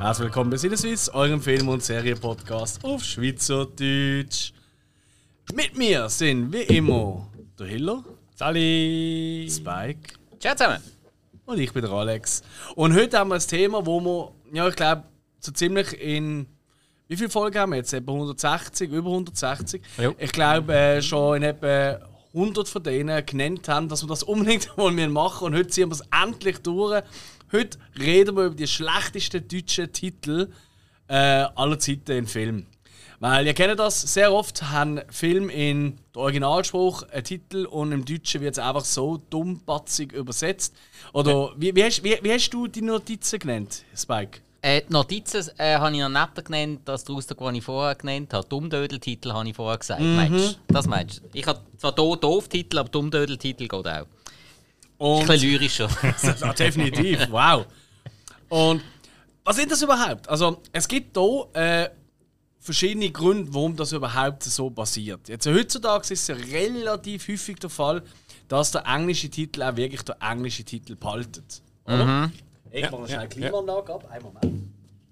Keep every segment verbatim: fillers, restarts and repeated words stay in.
Herzlich willkommen bei Sinneswiss, eurem Film- und Serienpodcast auf Schweizerdeutsch. Mit mir sind wie immer der Hiller, Sali, Spike, ciao zusammen und ich bin der Alex. Und heute haben wir ein Thema, wo wir, ja ich glaube, so ziemlich in... Wie viele Folgen haben wir jetzt? Etwa hundertsechzig, über hundertsechzig. Jo. Ich glaube, äh, schon in etwa hundert von denen genannt haben, dass wir das unbedingt mal machen. Und heute ziehen wir es endlich durch. Heute reden wir über die schlechtesten deutschen Titel äh, aller Zeiten in Filmen. Weil ihr kennt das, sehr oft haben Filme in der Originalspruch einen Titel und im Deutschen wird es einfach so dummbatzig übersetzt. Oder wie, wie, hast, wie, wie hast du die Notizen genannt, Spike? äh, Die Notizen äh, habe ich noch netter genannt, als der Ausdruck, den ich vorher genannt habe. Dummdödel-Titel habe ich vorher gesagt. Mhm. Meinst du? Das meinst du? Ich habe zwar do Doof-Titel, aber Dummdödel-Titel geht auch. Und Ein bisschen lyrischer. ja, definitiv, wow. Und was sind das überhaupt? Also, es gibt hier äh, verschiedene Gründe, warum das überhaupt so passiert. Jetzt, heutzutage ist es ja relativ häufig der Fall, dass der englische Titel auch wirklich der englische Titel behaltet. Oder? Mhm. Ich Ja, mache noch schnell ja, Klimaanlage ab. Einen Moment.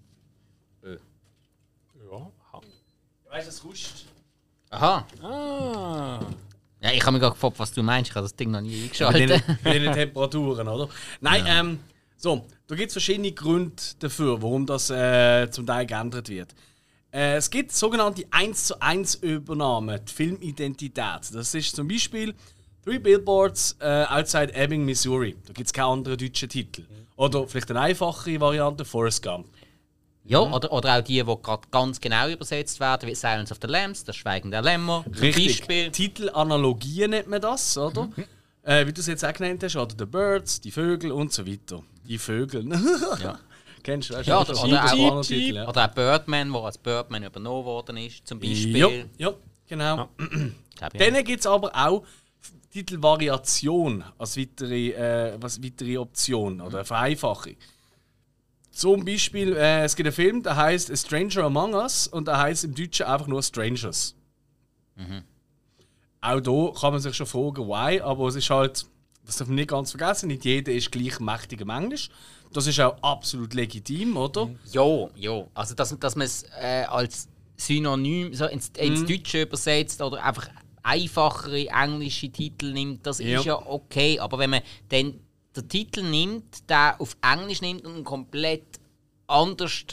Ja. Weißt du, es ruscht. Aha. Ah. Ja, ich habe mich gerade gefragt, was du meinst. Ich habe das Ding noch nie Bei den, eingeschaltet. bei den Temperaturen, oder? Nein, ja. ähm, so, da gibt es verschiedene Gründe dafür, warum das äh, zum Teil geändert wird. Äh, es gibt sogenannte eins zu eins Übernahmen, die Filmidentität. Das ist zum Beispiel Three Billboards äh, Outside Ebbing, Missouri. Da gibt es keinen anderen deutschen Titel. Oder vielleicht eine einfachere Variante, Forrest Gump. Ja, oder, oder auch die, die gerade ganz genau übersetzt werden, wie Silence of the Lambs, das Schweigen der Lämmer. Zum Beispiel. Titelanalogien nennt man das, oder? Mhm. Äh, wie du es jetzt auch genannt hast, oder The Birds, die Vögel und so weiter. Die Vögel. Ja. Kennst du? Weißt, Ja, das oder, ist oder, ein auch, anderer Titel, ja. oder auch Birdman, der als Birdman übernommen worden ist, zum Beispiel. Ja, ja genau. Ja. Glaub ich. Dann gibt es aber auch Titelvariation als weitere, äh, als weitere Option oder eine Vereinfachung. Zum Beispiel, äh, es gibt einen Film, der heißt A Stranger Among Us und der heißt im Deutschen einfach nur Strangers. Mhm. Auch da kann man sich schon fragen, why, aber es ist halt, das darf man nicht ganz vergessen, nicht jeder ist gleich mächtig im Englisch. Das ist auch absolut legitim, oder? Ja, ja. Also, dass, dass man es äh, als Synonym so ins, ins Mhm. Deutsche übersetzt oder einfach einfachere englische Titel nimmt, das Ja. ist ja okay. Aber wenn man dann den Titel nimmt, der auf Englisch nimmt und ihn komplett anders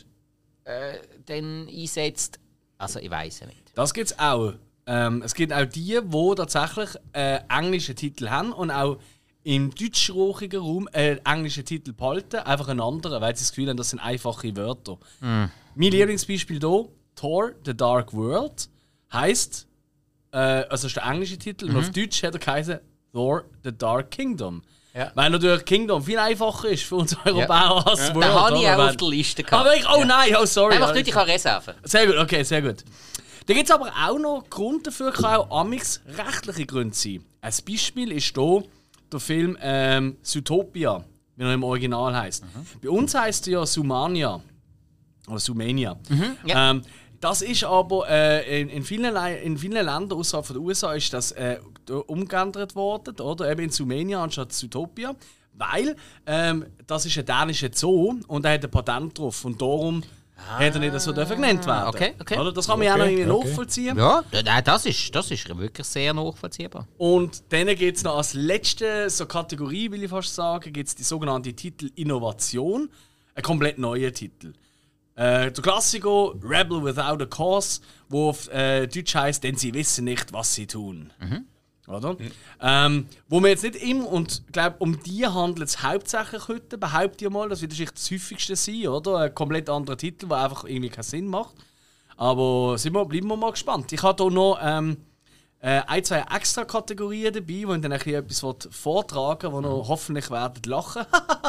äh, dann einsetzt, also ich weiß ja nicht. Das gibt es auch. Ähm, es gibt auch die, die tatsächlich äh, englische Titel haben und auch im deutschsprachigen Raum äh, englische Titel behalten, einfach einen anderen, weil sie das Gefühl haben, das sind einfache Wörter. Mm. Mein Lieblingsbeispiel hier, Thor, The Dark World, heisst, äh, also das ist der englische Titel, Mhm. und auf Deutsch hat er geheißen Thor, The Dark Kingdom. Ja. Weil natürlich Kingdom viel einfacher ist für uns Europäer als Den World. habe ich oder? auch Wenn- auf der Liste gehabt. Aber ich, oh nein, oh sorry. Einfach nicht, ich habe Reserven. Sehr gut, okay, sehr gut. Da gibt es aber auch noch Gründe dafür, kann auch amix rechtliche Gründe sein. Ein Beispiel ist hier der Film ähm, Zootopia, wie er im Original heißt. Mhm. Bei uns heißt er ja Sumania. Oder Sumania. ja. ähm, das ist aber äh, in, in, vielen, Le- in vielen Ländern außerhalb von den U S A ist das äh, umgeändert worden, oder? Eben in Sumania anstatt Zootopia. Weil ähm, das ist ein dänischer Zoo und er hat ein Patent drauf. Und darum ah, hätte er nicht so dürfen genannt werden. okay, okay. Oder? Das kann man ja auch noch irgendwie Okay. nachvollziehen. Ja, nein, das ist, das ist wirklich sehr nachvollziehbar. Und dann gibt es noch als letzte so Kategorie, will ich fast sagen, gibt es die sogenannte Titel Innovation. Ein komplett neuer Titel. Äh, der Klassiker Rebel Without a Cause, wo auf äh, Deutsch heisst, denn sie wissen nicht, was sie tun. Oder? Mhm. Ähm, wo man jetzt nicht immer, und ich glaube, um die handelt es hauptsächlich heute, behaupte ich mal, das wird wahrscheinlich das häufigste sein, oder? Ein komplett anderer Titel, der einfach irgendwie keinen Sinn macht. Aber sind wir, bleiben wir mal gespannt. Ich habe hier noch ähm, äh, ein, zwei extra Kategorien dabei, wo ich dann ein bisschen etwas vortragen will, wo ihr hoffentlich werdet lachen.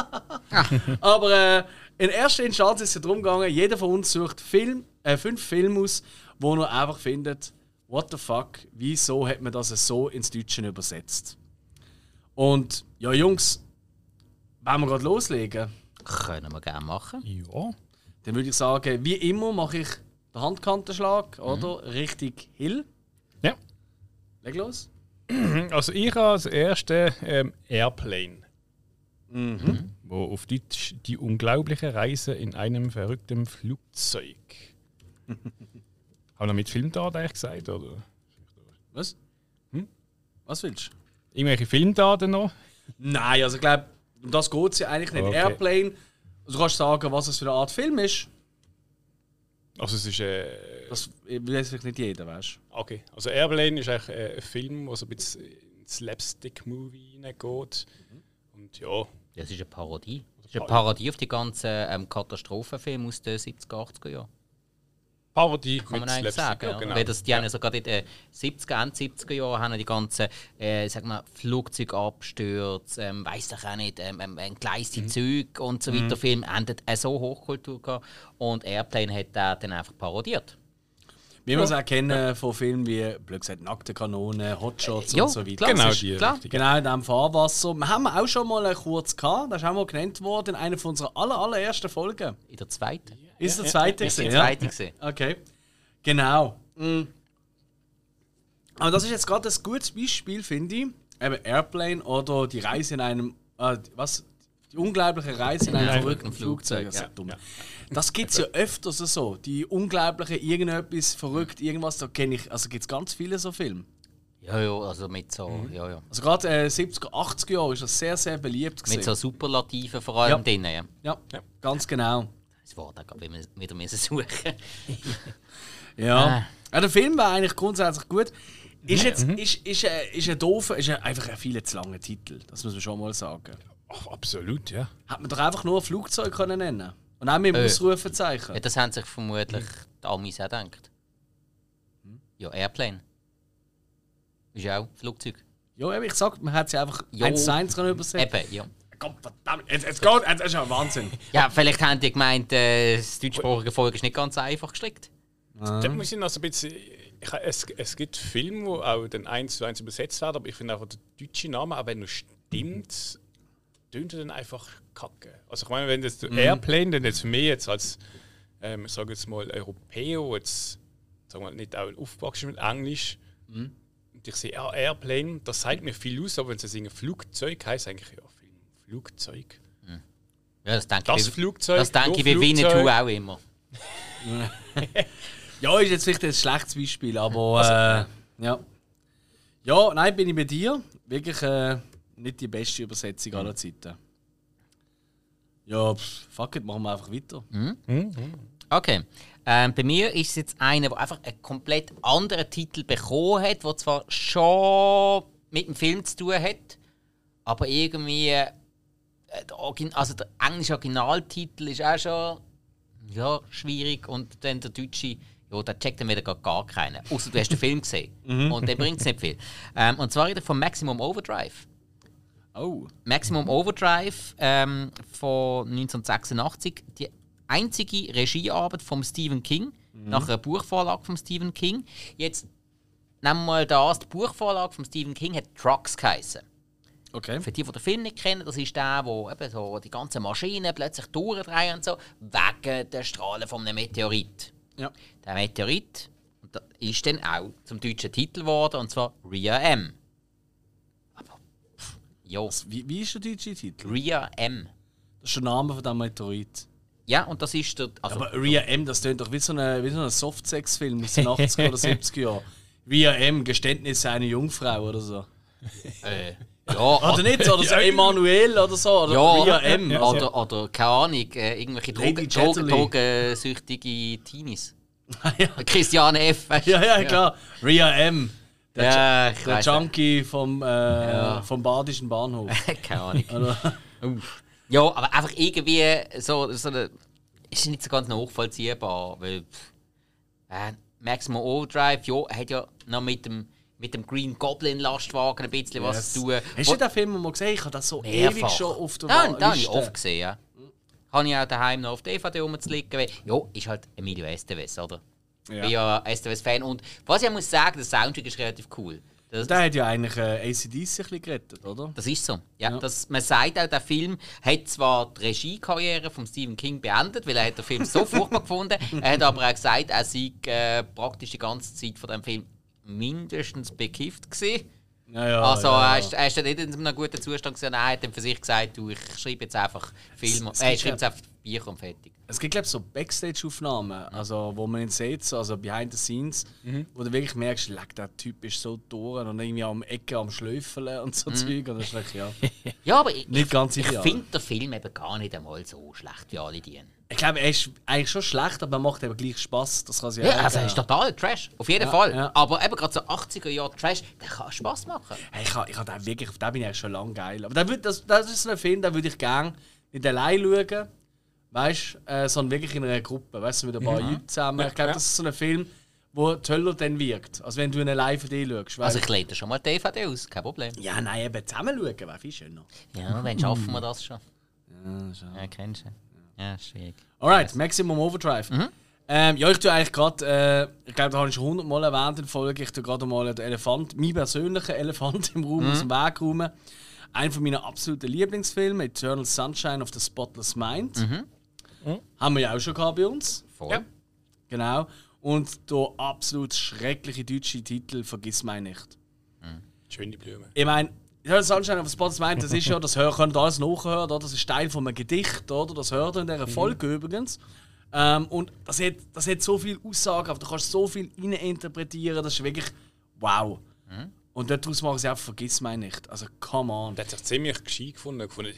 Aber äh, in erster Instanz ist es ja darum gegangen, jeder von uns sucht Film, äh, fünf Filme aus, wo er einfach findet, what the fuck, wieso hat man das so ins Deutsche übersetzt? Und ja, Jungs, wollen wir gerade loslegen? Können wir gerne machen. Ja. Dann würde ich sagen, wie immer mache ich den Handkantenschlag, oder? Richtig Hill. Ja. Leg los. Also ich habe als erste ähm, Airplane. Mhm. Wo auf Deutsch die unglaubliche Reise in einem verrückten Flugzeug. Haben wir mit Filmdaten eigentlich gesagt, oder? Was? Hm? Was willst du? Irgendwelche Filmdaten noch? Nein, also ich glaube, um das geht es ja eigentlich nicht. Okay. Airplane, also du kannst sagen, was es für eine Art Film ist. Also es ist äh, Das weiß vielleicht nicht jeder, weißt du. okay. Also Airplane ist eigentlich äh, ein Film, der so ein bisschen ins Slapstick-Movie hineingeht. Und ja, Das ist eine Parodie. Das ist eine Parodie auf die ganzen ähm, Katastrophenfilme aus den siebziger, achtziger Jahren. Parodie Kann man mit eigentlich Slapstick, sagen. ja, Ja. genau. Weil das, die haben ja sogar in den siebziger, Ende siebziger Jahren haben die ganzen äh, sag mal, Flugzeugabstürze, ähm, weiss doch auch nicht, ähm, ähm, entgleiste Mhm. Züge und so weiter. Film endet äh, so Hochkultur gehabt. Und Airplane hat da dann einfach parodiert. Wie wir es auch kennen von Filmen wie, blöd gesagt, Nackte Kanone, Hotshots Ja, und so weiter. klar. Genau das ist die klar. richtige. Genau in diesem Fahrwasser. Wir haben auch schon mal kurz gehabt, das ist auch mal genannt worden in einer von unserer aller, allerersten Folgen. In der zweiten. Ist der zweite Das ist die gesehen? Ja. zweite gesehen. Okay. Genau. Mhm. Aber das ist jetzt gerade ein gutes Beispiel, finde ich. Eben Airplane oder die Reise in einem. Äh, was? Die unglaubliche Reise in einem Nein, verrückten Flugzeug, Flugzeug. Das ist ja. ja dumm. Das gibt es ja öfters so. Die unglaubliche irgendetwas, verrückt, irgendwas, da kenne ich. Also gibt es ganz viele so Filme. Ja, ja, also mit so, Mhm. ja, ja. Also gerade äh, siebziger, achtziger Jahre ist das sehr, sehr beliebt gewesen. Mit so Superlativen vor allem Ja. drin. Ja. Ja, Ja. ganz genau. Das Wort auch gerade wieder- wieder müssen suchen. Ja. Ah. Ja, der Film war eigentlich grundsätzlich gut. Ist jetzt ist, ist, äh, ist ein doofer, ist ein, einfach ein viel zu langer Titel. Das muss man schon mal sagen. Ach, absolut, ja. Hat man doch einfach nur ein Flugzeug können nennen. Und auch mit dem Äh. Ausrufezeichen. Ja, das haben sich vermutlich die Amis auch gedacht. Ja, Airplane. Ist ja auch Flugzeug. Ja, eben, ich sag, man hat sie einfach Jo. eins zu eins können übersetzen. Eben, ja. Gott verdammt, jetzt, jetzt geht, jetzt ist ja Wahnsinn. Ja, vielleicht haben die gemeint, äh, das deutschsprachige Volk ist nicht ganz so einfach gestrickt. Da muss ich noch so ein bisschen. Ich, es, es gibt Filme, die auch dann eins zu eins übersetzt werden, aber ich finde einfach der deutsche Name, auch wenn er stimmt, tönt er dann einfach kacke. Also ich meine, wenn das der Airplane, dann jetzt für mich jetzt als, ähm, ich sage jetzt mal, Europäer, jetzt sagen wir nicht auch aufgewachsen mit Englisch, und ich sehe ja, Airplane, das sagt mir viel aus, aber wenn sie sagen Flugzeug, heisst eigentlich ja Film, Flugzeug. Ja, das denke Das ich, wie- Flugzeug, das denke ich nur wie Winnetou Flugzeug. auch immer. Ja, ist jetzt vielleicht ein schlechtes Beispiel, aber äh, ja. Ja, nein, bin ich bei dir. Wirklich äh, nicht die beste Übersetzung aller Zeiten. Ja, pff, fuck it, machen wir einfach weiter. Okay. Ähm, bei mir ist es jetzt einer, der einfach einen komplett anderen Titel bekommen hat, der zwar schon mit dem Film zu tun hat, aber irgendwie. Äh, der, Origin- also der englische Originaltitel ist auch schon ja, schwierig und dann der deutsche, ja, da checkt dann wieder gar, gar keiner. Außer du hast den Film gesehen. Und der bringt es nicht viel. Ähm, und zwar wieder von Maximum Overdrive. Oh. Maximum Overdrive ähm, von neunzehnhundertsechsundachtzig. Die einzige Regiearbeit von Stephen King, nach einer Buchvorlage von Stephen King. Jetzt nehmen wir mal das. Die Buchvorlage von Stephen King hat Trucks geheißen. Okay. Für die, die den Film nicht kennen, das ist der, wo eben so die ganzen Maschinen plötzlich durchdrehen und so, wegen der Strahlen von einem Meteorit. Ja. Der Meteorit und das ist dann auch zum deutschen Titel geworden, und zwar R I A M. Aber, pff, ja, Wie, wie ist der deutsche Titel? R I A M. Das ist der Name von dem Meteorit. Ja, und das ist der. Also, Aber R I A M, das klingt doch wie so ein wie so ein Softsex-Film aus den achtziger oder siebziger Jahren. R I A M, Geständnis einer Jungfrau oder so. äh, ja, Oder nicht? Oder so Emanuel oder so. Oder ja, R I A M. ja, oder, oder keine Ahnung, äh, irgendwelche Lady Drogen, Drogen, Chatterley. drogensüchtige Teenies. ja. Christiane F. Weißt du? ja, ja, klar. R I A M. Der, Ja, ich der weiss Junkie vom, äh, Ja. vom Badischen Bahnhof. nicht. Keine Ahnung. Oder? Uff. Ja, aber einfach irgendwie so, so eine, ist nicht so ganz nachvollziehbar, weil pff, äh, Maximum Overdrive, ja, hat ja noch mit dem, mit dem Green Goblin Lastwagen ein bisschen was Yes. zu tun. Hast du den Film mal gesehen? Ich habe das so Mehrfach. ewig schon auf der Ja, den habe ich Liste. oft gesehen, ja. Habe ich auch daheim noch auf D V D rumzuliegen. weil- Ja, ist halt Emilio Estevez, oder? Ich bin ja Estevez-Fan. Und was ich muss sagen, der Soundtrack ist relativ cool. Das, Der hat ja eigentlich äh, A C D C ein bisschen gerettet, oder? das ist so. Ja, Ja. Das, man sagt auch, der Film hat zwar die Regiekarriere von Stephen King beendet, weil er hat den Film so furchtbar gefunden. Er hat aber auch gesagt, er sei äh, praktisch die ganze Zeit von dem Film mindestens bekifft gewesen. Ja, ja, also ja. er ist, er ist dann nicht in einem guten Zustand gewesen. Er hat dann für sich gesagt, du, ich schreibe jetzt einfach Filme. Es- es Äh, ich gibt schreibe jetzt einfach Bücher und fertig. Es gibt, glaube ich, so Backstage-Aufnahmen, also, wo man ihn sieht, so, also behind the scenes, Mhm. wo du wirklich merkst, leck, der Typ ist so durch und irgendwie am Ecke am Schlöfeln und so Zeug. Und das ist wirklich, ja. Ja, aber ich, Nicht ganz ich ideal. finde den Film eben gar nicht einmal so schlecht wie alle die. Ich glaube, er ist eigentlich schon schlecht, aber er macht eben gleich Spass. Das kann sich Ja, also er ist total Trash, auf jeden Ja, Fall. ja. Aber eben gerade so achtziger Jahre Trash, der kann Spaß machen. Hey, ich habe ich hab den wirklich, auf den bin ich eigentlich schon lange geil. Aber der würd, das, das ist so ein Film, den würde ich gerne nicht allein schauen, weißt du, äh, sondern wirklich in einer Gruppe, weißt du, mit ein paar Leuten zusammen. Ich glaube, ja. das ist so ein Film, wo die Hölle dann wirkt. Also wenn du eine Live-V D schaust. Also weißt ich lehne schon mal die D V D aus, kein Problem. du? Ja, nein, eben zusammen schauen wäre viel schöner. Ja, dann schaffen wir das schon. Ja, schon. Ja, kennst du. Ja, schwierig. Alright, Maximum Overdrive. Ähm, ja, ich tue eigentlich gerade, äh, ich glaube, da habe ich schon hundertmal erwähnt in der Folge, ich tue gerade mal den Elefant, meinen persönlichen Elefant im Raum aus dem Weg räumen. Einer von meinen absoluten Lieblingsfilmen, Eternal Sunshine of the Spotless Mind. Haben wir ja auch schon gehabt bei uns. Voll. Ja. Genau. Und der absolut schreckliche deutsche Titel, Vergiss mich nicht. Schöne Blume. Ich meine, Eternal Sunshine of the Spotless Mind, das ist ja, das hör, könnt ihr alles nachhören, oder? Das ist Teil von einem Gedicht, oder? Das hört ihr in dieser Folge übrigens. Ähm, und das hat, das hat so viel Aussagen, aber du kannst so viel interpretieren, das ist wirklich wow. Und daraus machen sie einfach Vergiss mich nicht. Also, come on. Der hat sich ziemlich gescheit gefunden. gefunden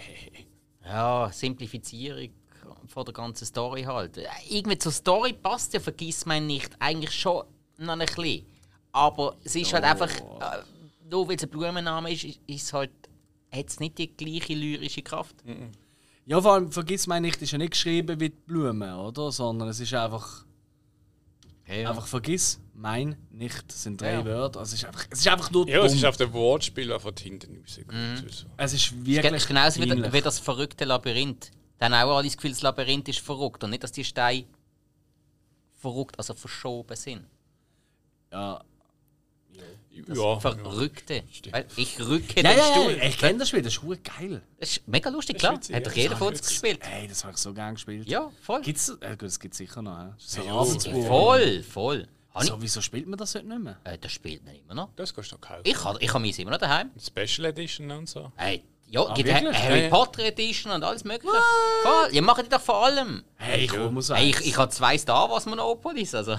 Ja, Simplifizierung von der ganzen Story halt. Irgendwie zur Story passt ja Vergiss mich nicht eigentlich schon noch ein bisschen. Aber es ist halt einfach, äh, nur weil es ein Blumenname ist, ist es halt, hat es nicht die gleiche lyrische Kraft. Ja, vor allem Vergiss mich nicht ist ja nicht geschrieben wie die Blumen, oder? Sondern es ist einfach. Ja. Einfach Vergiss mein nicht. Das sind drei Ja. Wörter. Also es, ist einfach, es ist einfach nur Ja, dumm. es ist auf dem Wortspiel einfach hinten rausgekommen. Mhm. So. Es ist Es wirklich ist genauso wie, peinlich. wie das verrückte Labyrinth. Dann auch alle das Gefühl, das Labyrinth ist verrückt und nicht, dass die Steine verrückt, also verschoben sind. Ja. Ja, Verrückte. Weil ich rücke Ja, den ja, Stuhl. ja, ich kenne das Spiel, das ist verdammt geil. Das ist mega lustig, Das klar. ist witzig, Hat doch ja. jeder Das von ist uns gespielt. Ey, das habe ich so gerne gespielt. Ja, voll. Gibt's, äh, gut, das gibt es sicher noch. Ja. So Ja, Abendsbuch. Voll, voll. Hab ich- So, wieso spielt man das heute nicht mehr? Äh, das spielt man immer noch. das kannst du noch kaufen. Ich habe ich ha meins immer noch daheim. Special Edition und so. Hey, ja, Ah, gibt wirklich? Harry Ja, ja. Potter Edition und alles mögliche. Voll. Ihr macht die doch vor allem. Hey, komm, muss Hey, ich, ich habe zwei Star Wars Monopolies, also.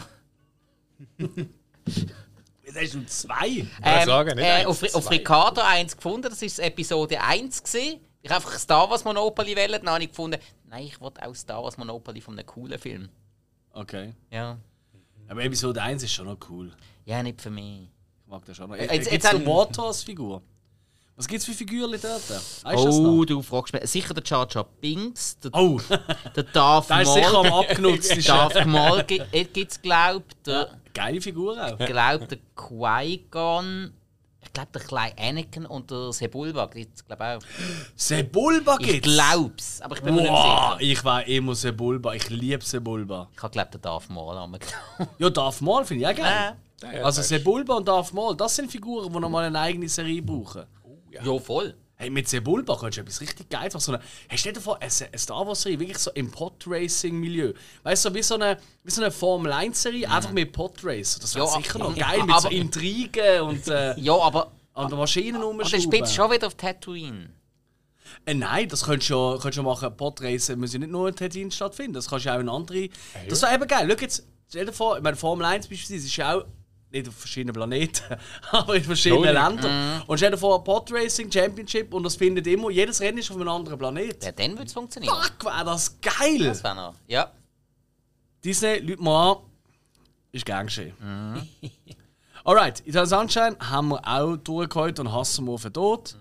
Jetzt hast du zwei. Ja, sagen, nicht äh, eins, auf, auf zwei. Ricardo eins gefunden, das ist Episode eins gewesen. Ich habe einfach Star Wars Monopoly wählen, dann habe ich gefunden, nein, ich wollte auch Star Wars Monopoly von einem coolen Film. Okay. Ja. Aber Episode eins ist schon noch cool. Ja, nicht für mich. Ich mag das schon noch. Jetzt- Äh, Gibt jetzt es haben- den Water als Figur? Was gibt es für Figuren dort? Weißt du das Oh, noch? du fragst mich. Sicher der Jar Jar Binks, der, Oh, der Darth der ist sicher Maul. am abgenutzt. Ist Darth Maul gibt es, glaube ich. Der, Geile Figur auch. ich glaube, der Qui-Gon. Ich glaube, der kleine Anakin und der Sebulba gibt es, glaube ich, auch. Sebulba Ich gibt's. glaub's, aber ich bin mir nicht Wow, sicher. ich war immer Sebulba. Ich liebe Sebulba. Ich habe, glaube den Darth Maul angenommen. Ja, Darth Maul finde ich auch geil. Ja, ja, Also das ist- Sebulba und Darth Maul, das sind Figuren, die nochmal eine eigene Serie brauchen. Ja, voll. Hey, mit Sebulba kannst du etwas richtig Geiles machen. So eine, hey, stell dir vor, eine, eine Star Wars-Serie, wirklich so im Pod-Racing-Milieu. Weißt du, so wie so eine, wie so eine Formel eins-Serie, einfach mit Pod-Racer. Das wäre Ja, sicher noch ja, geil, mit so aber- Intrigen und äh, Ja, aber. an den Maschinen Und dann rumschrauben. spielst du schon wieder auf Tatooine. Äh, nein, das könntest du ja, könntest du ja machen. Podracer müssen ja nicht nur in Tatooine stattfinden. Das kannst du auch in andere. Das wäre eben geil. Schau jetzt, stell dir vor, ich meine, Formel eins beispielsweise ist ja auch nicht auf verschiedenen Planeten, aber in verschiedenen Sorry. Ländern. Und stell dir vor, Podracing Championship und das findet immer, jedes Rennen ist auf einem anderen Planet. Ja, dann würde es funktionieren. Fuck, wäre das geil! Das wäre noch. Ja. Disney, Leute mal an. Ist gern geschehen. Alright, Eternal Sunshine haben wir auch durchgeholt und hassen wir auf den Tod.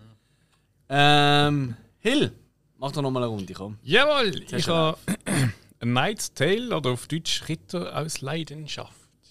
Ähm, Hill, mach doch noch mal eine Runde, komm. Jawohl, ich hast du habe A Knight's Tale oder auf Deutsch Ritter aus Leidenschaft.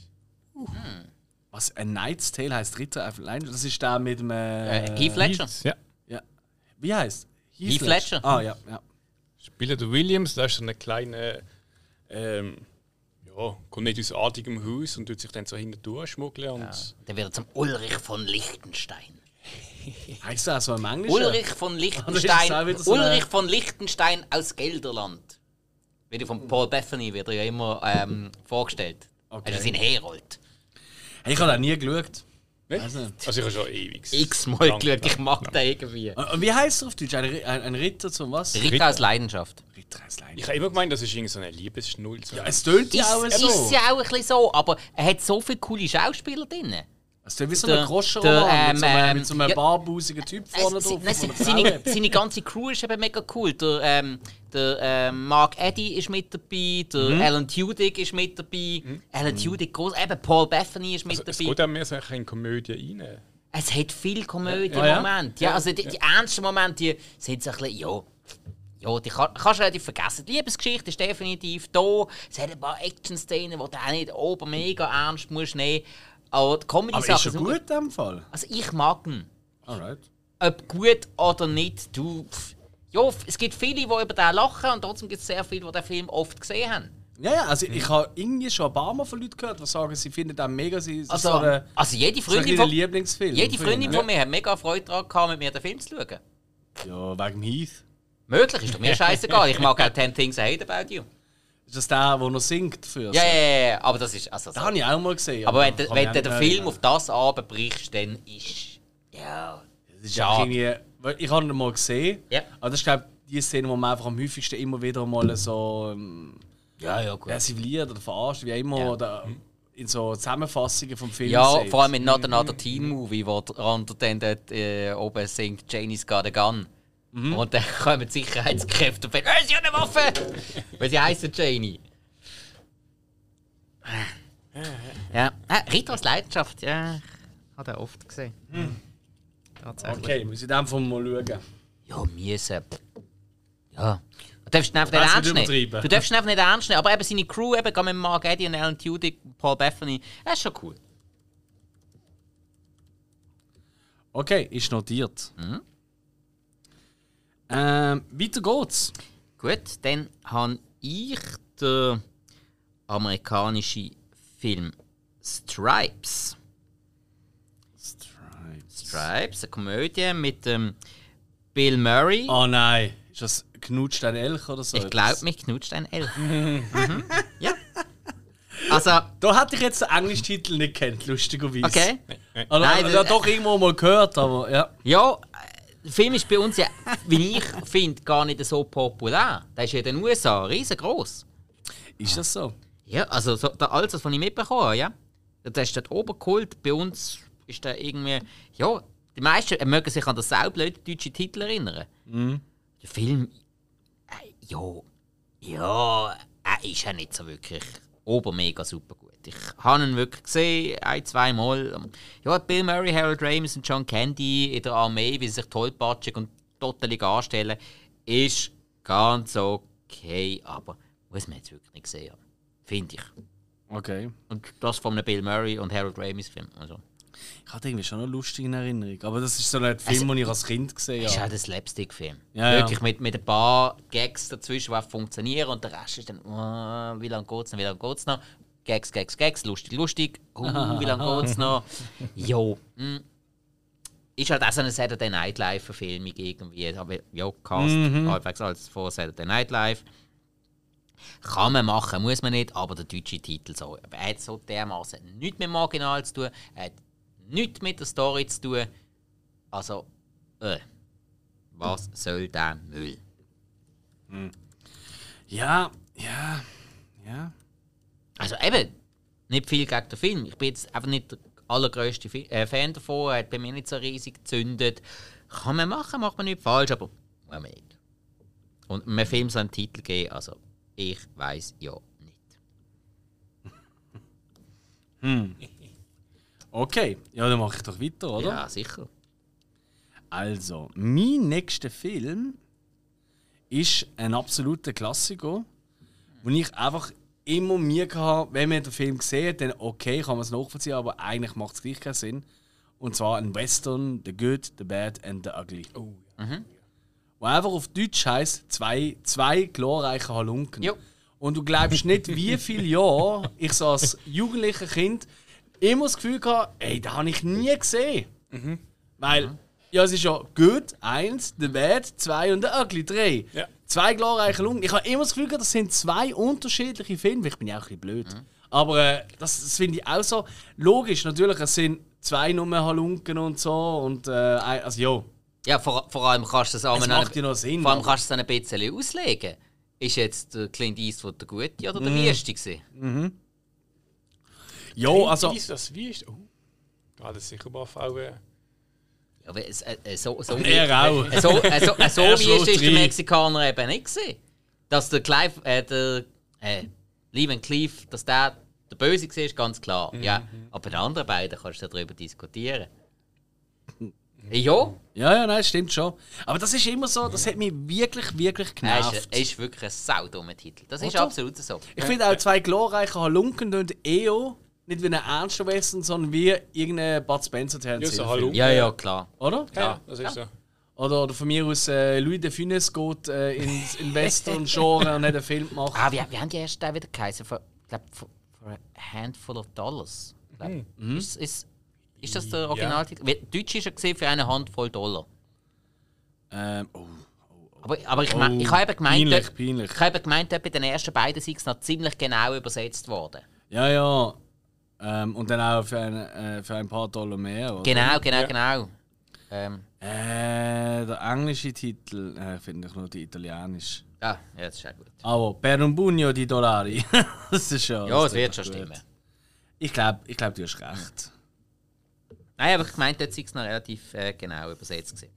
Was? A Knight's Tale heisst Ritter auf Leine? Das ist der mit dem. Äh, Äh, Heath Ledger. Ja. Ja. Wie heißt? Heath Ledger. Ah, ja, ja. Spielt der Williams, das ist so eine kleine. Ähm, ja, kommt nicht aus artigem Haus und tut sich dann so hinten durchschmuggeln. Und Dann wird er zum Ulrich von Liechtenstein. Heißt der auch so im Englischen? Ulrich von Das ist auch Liechtenstein. wieder so eine- Ulrich von Liechtenstein aus Gelderland. Wie von Paul Bethany wird er ja immer ähm, vorgestellt. Okay. Also sein Herold. Hey, ich habe den nie geschaut. Also, also ich habe schon ewig. X-mal geschaut, ich mag den irgendwie. Und wie heisst er auf Deutsch? Ein, ein, ein Ritter zum was? Ritter, Ritter aus Leidenschaft. Ritter aus Leidenschaft. Ich habe immer gemeint, das ist irgendwie so eine Liebesschnulze. Ja, es tönt ja auch so. Es ist ja auch ein bisschen so, aber er hat so viele coole Schauspieler drin. Es ist wie so ein Groschenroman mit, ähm, mit so einem ja, barbusigen Typ vorne drauf. Nein, seine, seine ganze Crew ist eben mega cool. Der, ähm, der ähm, Mark Eddy ist mit dabei, der mhm. Alan Tudyk ist mit dabei. Mhm. Alan Tudyk, groß, eben Paul Bettany ist mit also, dabei. Es geht auch mehr so in Komödie rein. Es hat viel Komödie-Momente. Ja, ja. Ja, also die, die ernsten Momente, die sind so ein bisschen, ja, ja, die kann, kannst du relativ vergessen. Die Liebesgeschichte ist definitiv da. Es hat ein paar Action-Szenen, die du auch nicht oben mega ernst musst nehmen. Aber die Comedy-Sachen Aber ist schon gut in dem Fall? Also ich mag ihn. Alright. Ob gut oder nicht, du... Pff, ja, es gibt viele, die über den lachen und trotzdem gibt es sehr viele, die den Film oft gesehen haben. Ja, ja, also ich habe irgendwie schon ein paar Mal von Leuten gehört, die sagen, sie finden den mega... Sie, also, so eine, also jede Freundin, so von, Lieblingsfilm jede Freundin Film, von mir hat mega Freude daran gehabt, mit mir den Film zu schauen. Ja, wegen dem Heath. Möglich, ist doch mir scheißegal. Ich mag auch ten Things I Hate About You. Ist das der, der noch singt? Für ja, ja, ja, aber das ist... Also, das habe ich auch mal gesehen. Aber, aber wenn, wenn du den nicht, Film ja. auf das abbrichst, dann ist... Ja... Das ist ja irgendwie... Ich habe ihn mal gesehen, ja. aber das ist, glaube ich, die Szene, wo man einfach am häufigsten immer wieder mal so... Ähm, ja, ja, gut. persifliert oder verarscht, wie immer, ja. Oder in so Zusammenfassungen vom Film. Ja, sieht. vor allem in Not Another Teen Movie, wo Randall dann dort äh, oben singt, Janie's got a gun. Mhm. Und dann kommen die Sicherheitskräfte und sagen, äh, sie hat eine Waffe! Weil sie heisst Janie. Ja, ah, Ritter aus Leidenschaft, ja, ich habe den oft gesehen. Mhm. Tatsächlich. Okay, muss ich in dem Fall mal schauen. Ja, müssen. Ja. Du darfst ihn einfach nicht ernst nehmen. Du darfst ihn einfach nicht ernst nehmen. Aber eben seine Crew, eben mit Mark Eddy und Alan Tudyk, Paul Bettany, das ist schon cool. Okay, ist notiert. Mhm. Ähm, weiter geht's. Gut, dann habe ich den amerikanischen Film Stripes. Stripes. Stripes, eine Komödie mit ähm, Bill Murray. Oh nein, ist das Knutscht ein Elch oder so? Ich glaube, mich knutscht ein Elch. mhm. Ja. Also, da hätte ich jetzt den englischen Titel nicht kennt, lustigerweise. Okay. Oder, Nein, oder, oder doch irgendwo mal gehört, aber ja. Ja, der Film ist bei uns ja, wie ich finde, gar nicht so populär. Der ist ja in den U S A riesengroß. Ist das so? Ja, also so, da, alles, was ich mitbekommen habe, ja. Der ist dort oben geholt. Bei uns ist der irgendwie... Ja, die meisten äh, mögen sich an den saublöden deutschen Titel erinnern. Mhm. Der Film... Äh, ja... Ja... Er ist ja nicht so wirklich obermega super gut. Ich habe ihn wirklich gesehen, ein-, zweimal. Ja, Bill Murray, Harold Ramis und John Candy in der Armee, wie sie sich tollpatschig und totalig anstellen, ist ganz okay, aber muss man jetzt wirklich nicht gesehen haben. Finde ich. Okay. Und das von einem Bill Murray und Harold Ramis Film. Also. Ich hatte irgendwie schon eine lustige Erinnerung, aber das ist so ein Film, also, den ich als Kind gesehen habe. Das ist auch ein Slapstick-Film. Ja, wirklich ja. Mit, mit ein paar Gags dazwischen, die funktionieren und der Rest ist dann, oh, wie lange geht's noch, wie lange geht's noch? Gags, Gags, Gags, lustig, lustig, uh, wie lange geht's noch? Jo. Mm. Ist halt auch so eine Saturday Night Live-Verfilmung irgendwie, aber ja, Cast, mhm. halbwegs als vor Saturday Night Live. Kann man machen, muss man nicht, aber der deutsche Titel so. Aber er hat so dermaßen nichts mit dem Original zu tun, er hat nichts mit der Story zu tun. Also, äh, was soll der Müll? Hm. Ja, ja, ja. Also eben, nicht viel gegen den Film. Ich bin jetzt einfach nicht der allergrößte äh, Fan davon. Er hat bei mir nicht so riesig gezündet. Kann man machen, macht man nicht falsch, aber muss man nicht. Und einem Film so einen Titel geben, also ich weiss ja nicht. Hm. Okay, ja, dann mache ich doch weiter, oder? Ja, sicher. Also, mein nächster Film ist ein absoluter Klassiker, wo ich einfach immer mir hatte, wenn man den Film sieht, dann okay, kann man es nachvollziehen, aber eigentlich macht es gleich keinen Sinn. Und zwar ein Western, The Good, The Bad and The Ugly. Oh, ja. Mhm. Wo einfach auf Deutsch heisst, zwei, zwei glorreiche Halunken. Jo. Und du glaubst nicht, wie viele Jahre ich so als jugendlicher Kind immer das Gefühl hatte, ey, das habe ich nie gesehen. Mhm. Weil, mhm. ja, es ist ja Good, eins, The Bad, zwei und The Ugly, drei. Ja. Zwei glorreiche Halunken. Ich habe immer das Gefühl gehabt, das sind zwei unterschiedliche Filme. Ich bin ja auch ein bisschen blöd. Mhm. Aber äh, das, das finde ich auch so logisch. Natürlich, es sind zwei Nummer Halunken und so. Und, äh, also ja. Ja, vor, vor allem kannst du das, Es macht ja noch Sinn. vor allem kannst du es ein bisschen auslegen. Ist jetzt der Clint Eastwood der Gute oder der Mm. Wüste gewesen? Mhm. Ja, also. Wie ist das? Wie ist. Oh. Da hat es sicher mal Frauen. Ja, aber es, äh, äh, so, so, Er auch. äh, so, äh, so, äh, so Er wie schlägt ist der rein. Mexikaner eben nicht gewesen. Dass der Clive, äh, der äh, Lee Van Cleef, dass der der Böse war, ist ganz klar. Mhm. Ja. Aber bei den anderen beiden kannst du darüber diskutieren. Ja, Ja, ja, nein, stimmt schon. Aber das ist immer so, das hat mich wirklich, wirklich er genervt. ist, er ist wirklich ein saudummer Titel. Das ist Oder? absolut so. Ich finde auch zwei glorreiche Halunken tönen eher nicht wie ein ernster Western, sondern wie irgendein Bud Spencer Terence Ja, so Hill Halunken. Film. Ja, ja, klar. Oder? Ja, das ist so. Oder, oder von mir aus äh, Louis de Funès geht äh, ins in Western-Genre und nicht einen Film macht. Ah, wie, wie haben die erst da wieder geheißen? Ich glaube, for, for a handful of dollars. Glaub. Mhm. Ist, ist, ist das der Originaltitel? Ja. Deutsch ist er gesehen für eine Handvoll Dollar. Ähm, oh. Aber, aber ich, mein, Oh, ich habe eben gemeint, peinlich, dort- peinlich. ich habe eben gemeint, dort bei den ersten beiden sei es noch ziemlich genau übersetzt worden. Ja, ja. Ähm, und dann auch für ein, äh, für ein paar Dollar mehr. Oder? Genau, genau, Ja. genau. Ähm, Äh, der englische Titel äh, finde ich nur der italienische. ah, ja, das ist ja gut. Aber per un pugno di dollari. Das ist schon. Ja, das es wird ist schon gut. stimmen. Ich glaube, ich glaub, du hast recht. Nein, aber ich meinte, dort sei es noch relativ äh, genau übersetzt gewesen.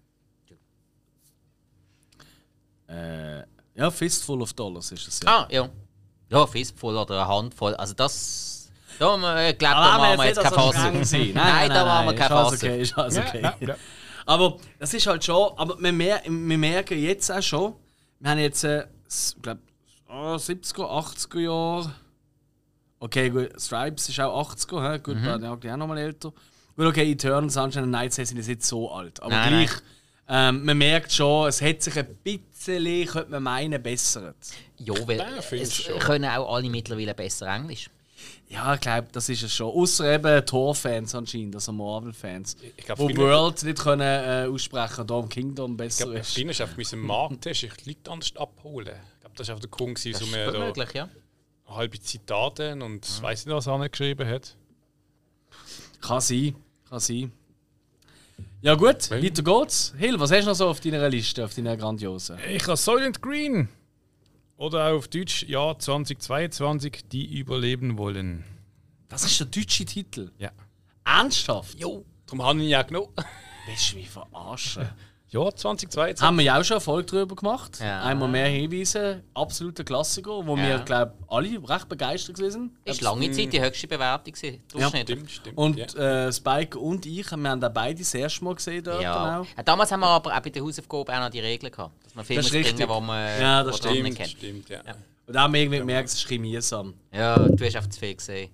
Äh, ja, Fistful of Dollars ist es ja. Ah, ja. Ja, Fistful oder eine Handvoll. Also das... Da äh, glaube Aber da machen wir jetzt jetzt nicht keine so streng Fassung. sein. Nein, da machen wir keine ist alles Fassung. okay, ist alles Ja, okay. ja, ja. Aber das ist halt schon, aber wir, mer wir merken jetzt auch schon, wir haben jetzt, äh, ich glaube, oh, siebziger, achtziger Jahre. Okay, gut, Stripes ist auch achtziger, he? Gut, mhm. war auch noch mal älter. Gut, okay, Eternal Sunshine and Night sind jetzt nicht so alt, aber Nein, gleich, ähm, man merkt schon, es hat sich ein bisschen, könnte man meinen, bessert. Ja, weil Ja, finde es ich schon. können auch alle mittlerweile besser Englisch. Ja, ich glaube, das ist es schon. Außer eben Thor-Fans anscheinend, also Marvel-Fans. Ich glaub, Wo viele- World nicht können, äh, aussprechen, darum Kingdom Ich besser glaube, ist. China ist einfach müssen Markttest, ich Leute anders abholen. Ich glaube, das war einfach der Grund, gewesen, Das so ist man gut da möglich, ja. halbe Zitate und ich weiss nicht, was er nicht geschrieben hat. Kann sein, kann sein. Ja gut, Wenn- weiter geht's. Hill, was hast du noch so auf deiner Liste, auf deiner grandiosen? Ich habe Soylent Green. Oder auf Deutsch, ja, zweitausendzweiundzwanzig, die überleben wollen. Das ist der deutsche Titel. Ja. Ernsthaft? Jo. Darum habe ich ihn ja genommen. Willst du mich verarschen? Ja, zweitausendzweiundzwanzig. Haben wir ja auch schon Erfolg darüber gemacht. Ja. Einmal mehr Hinweise. Absoluter Klassiker, wo Ja. wir, glaube alle recht begeistert waren. Ist lange Zeit die höchste Bewertung gewesen. Durchschnitt. Stimmt, stimmt. Und ja. äh, Spike und ich, wir haben da beide das erste Mal gesehen dort. Ja. Genau. Ja, damals haben wir aber auch bei der Hausaufgabe auch noch die Regeln gehabt. Dass man Filme Das ist bringen, richtig. die man Ja, das die man stimmt. nicht Stimmt, kennt. stimmt, ja. Ja. Und da haben wir irgendwie gemerkt, es ist ein bisschen mühsam. Ja, du hast einfach zu viel gesehen.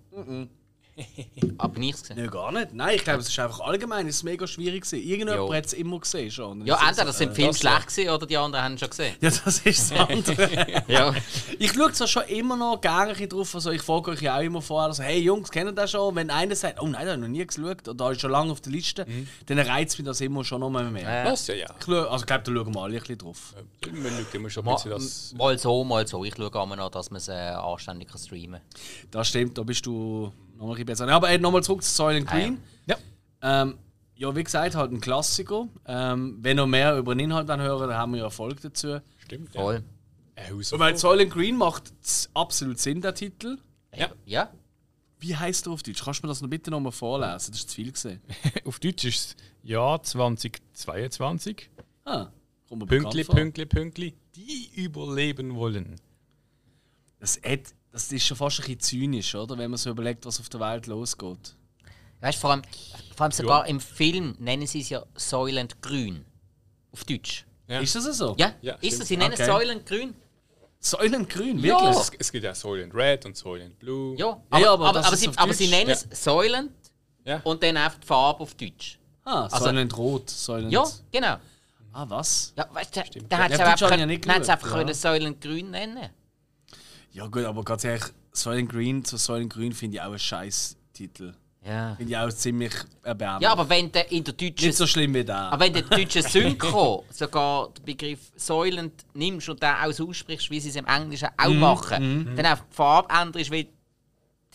Aber nichts gesehen. Nein, gar nicht. Nein, ich glaube, es ist einfach allgemein es ist mega schwierig gewesen. Irgendjemand Jo. hat es immer gesehen schon. Ja, Das ist entweder so, sind äh, Filme das schlecht gewesen oder die anderen haben ihn schon gesehen. Ja, das ist das andere. Ja. Ich schaue zwar schon immer noch gerne ein bisschen drauf, also ich frage euch ja auch immer vorher, also, hey Jungs, kennt ihr das schon? Wenn einer sagt, oh nein, da habe ich noch nie geschaut oder da ist schon lange auf der Liste, Mhm. dann reizt mich das immer schon noch mal mehr. Ja. Das ja, ja. Ich schaue, also ich glaube, da schauen wir alle ein bisschen drauf. Man schaut immer schon ein Mal, bisschen das. mal so, mal so. Ich schaue immer noch, dass man es äh, anständig kann streamen kann. Das stimmt, da bist du noch ein bisschen besser. Ja, aber äh, nochmal zurück zu Soylent Green. Ja. Ähm, ja, wie gesagt, halt ein Klassiker. Ähm, wenn noch mehr über den Inhalt dann hören, dann haben wir ja Erfolg dazu. Stimmt, ja. Voll. Ein Und Hausaufgabe. weil Soylent Green macht z- absolut Sinn, der Titel. Ja. Ja? Wie heißt er auf Deutsch? Kannst du mir das noch bitte nochmal vorlesen? Das ist zu viel gesehen. Auf Deutsch ist es Jahr zweitausendzweiundzwanzig. Ah, kommt mir Pünktli, bekannt vor. Pünktli, Pünktli. Die überleben wollen. Das, hat, das ist schon fast ein bisschen zynisch, oder? Wenn man so überlegt, was auf der Welt losgeht. Weißt du, vor allem, vor allem sogar im Film nennen sie es ja Soylent Grün. Auf Deutsch. Ja. Ist das so? Ja, Ja, ist stimmt. das? Sie nennen Okay. es Soylent Grün. Soylent Grün, Ja. wirklich? Es, es gibt ja Soylent Red und Soylent Blue. Ja, Ja, aber, ja, aber aber, das aber, ist sie, auf aber sie Deutsch. nennen Ja. es Soylent Ja. und dann einfach die Farbe auf Deutsch. Ah, Also- Soylent Rot. Soylent... Ja, genau. Ah, was? Ja, weißt du, Stimmt. dann Ja, hättest auf du Deutsch habe ich einfach, ja nicht dann hättest du einfach geschaut, ja. können Soylent Grün nennen. Ja gut, aber ganz ehrlich, Soylent Green zu Soylent Grün finde ich auch einen scheiß Titel. Ja. Finde ich auch ziemlich erbärmlich. Ja, aber wenn der in der deutschen nicht so schlimm wie der. Aber wenn du den deutschen Synchro sogar den Begriff Soylent nimmst und den auch so aussprichst, wie sie es im Englischen auch Mhm, machen, dann auch die Farbe änderst, weil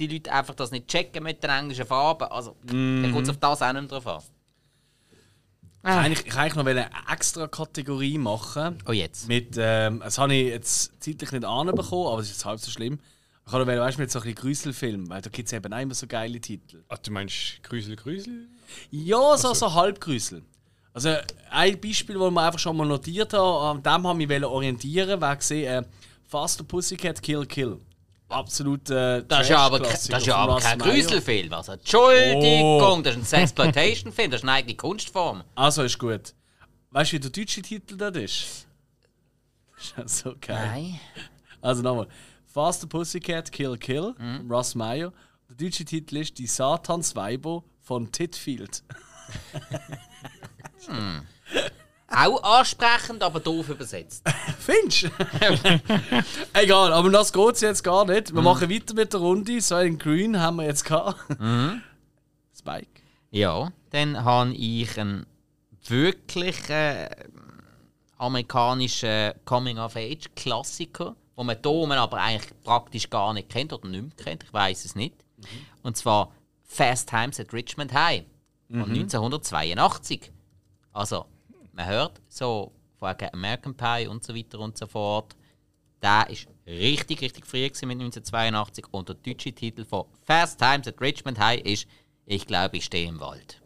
die Leute einfach das nicht checken mit den englischen Farben. Also, Mhm. dann kommt es auf das auch nicht drauf an. Ich kann eigentlich, ich kann eigentlich noch eine extra Kategorie machen. Oh, jetzt. Mit, ähm, das habe ich jetzt zeitlich nicht anbekommen, aber es ist jetzt halb so schlimm. Ich kann noch, weißt du, mit so ein bisschen Grüselfilm, weil da gibt es eben auch immer so geile Titel. Ach, du meinst Grüsel, Grüsel? Ja, so, so Halbgrüsel. Also ein Beispiel, das wir einfach schon mal notiert haben, an dem haben wir orientieren, war gesehen, äh, Faster Pussycat Kill Kill. Absolut äh, Das ist ja aber, das ist ja aber kein Grüselfilm. Also, Entschuldigung, Oh. das ist ein Sexploitation-Film, das ist eine eigene Kunstform. Also ist gut. Weißt du, wie der deutsche Titel das ist? Das ist ja so geil. Nein. Also nochmal. Faster Pussycat Kill Kill Mhm. von Russ Meyer. Der deutsche Titel ist Die Satansweiber von Titfield. Hm. Auch ansprechend, aber doof übersetzt. Findest du? Egal, aber das geht es jetzt gar nicht. Wir machen weiter mit der Runde. So einen Green haben wir jetzt gehabt. Mhm. Spike. Ja, dann habe ich einen wirklich äh, amerikanischen Coming-of-Age-Klassiker, den man hier man aber eigentlich praktisch gar nicht kennt oder nicht mehr kennt. Ich weiß es nicht. Mhm. Und zwar Fast Times at Richmond High von mhm. neunzehnhundertzweiundachtzig. Also, man hört so von American Pie und so weiter und so fort. Der ist richtig, richtig früh mit neunzehnhundertzweiundachtzig und der deutsche Titel von Fast Times at Richmond High ist «Ich glaube, ich stehe im Wald».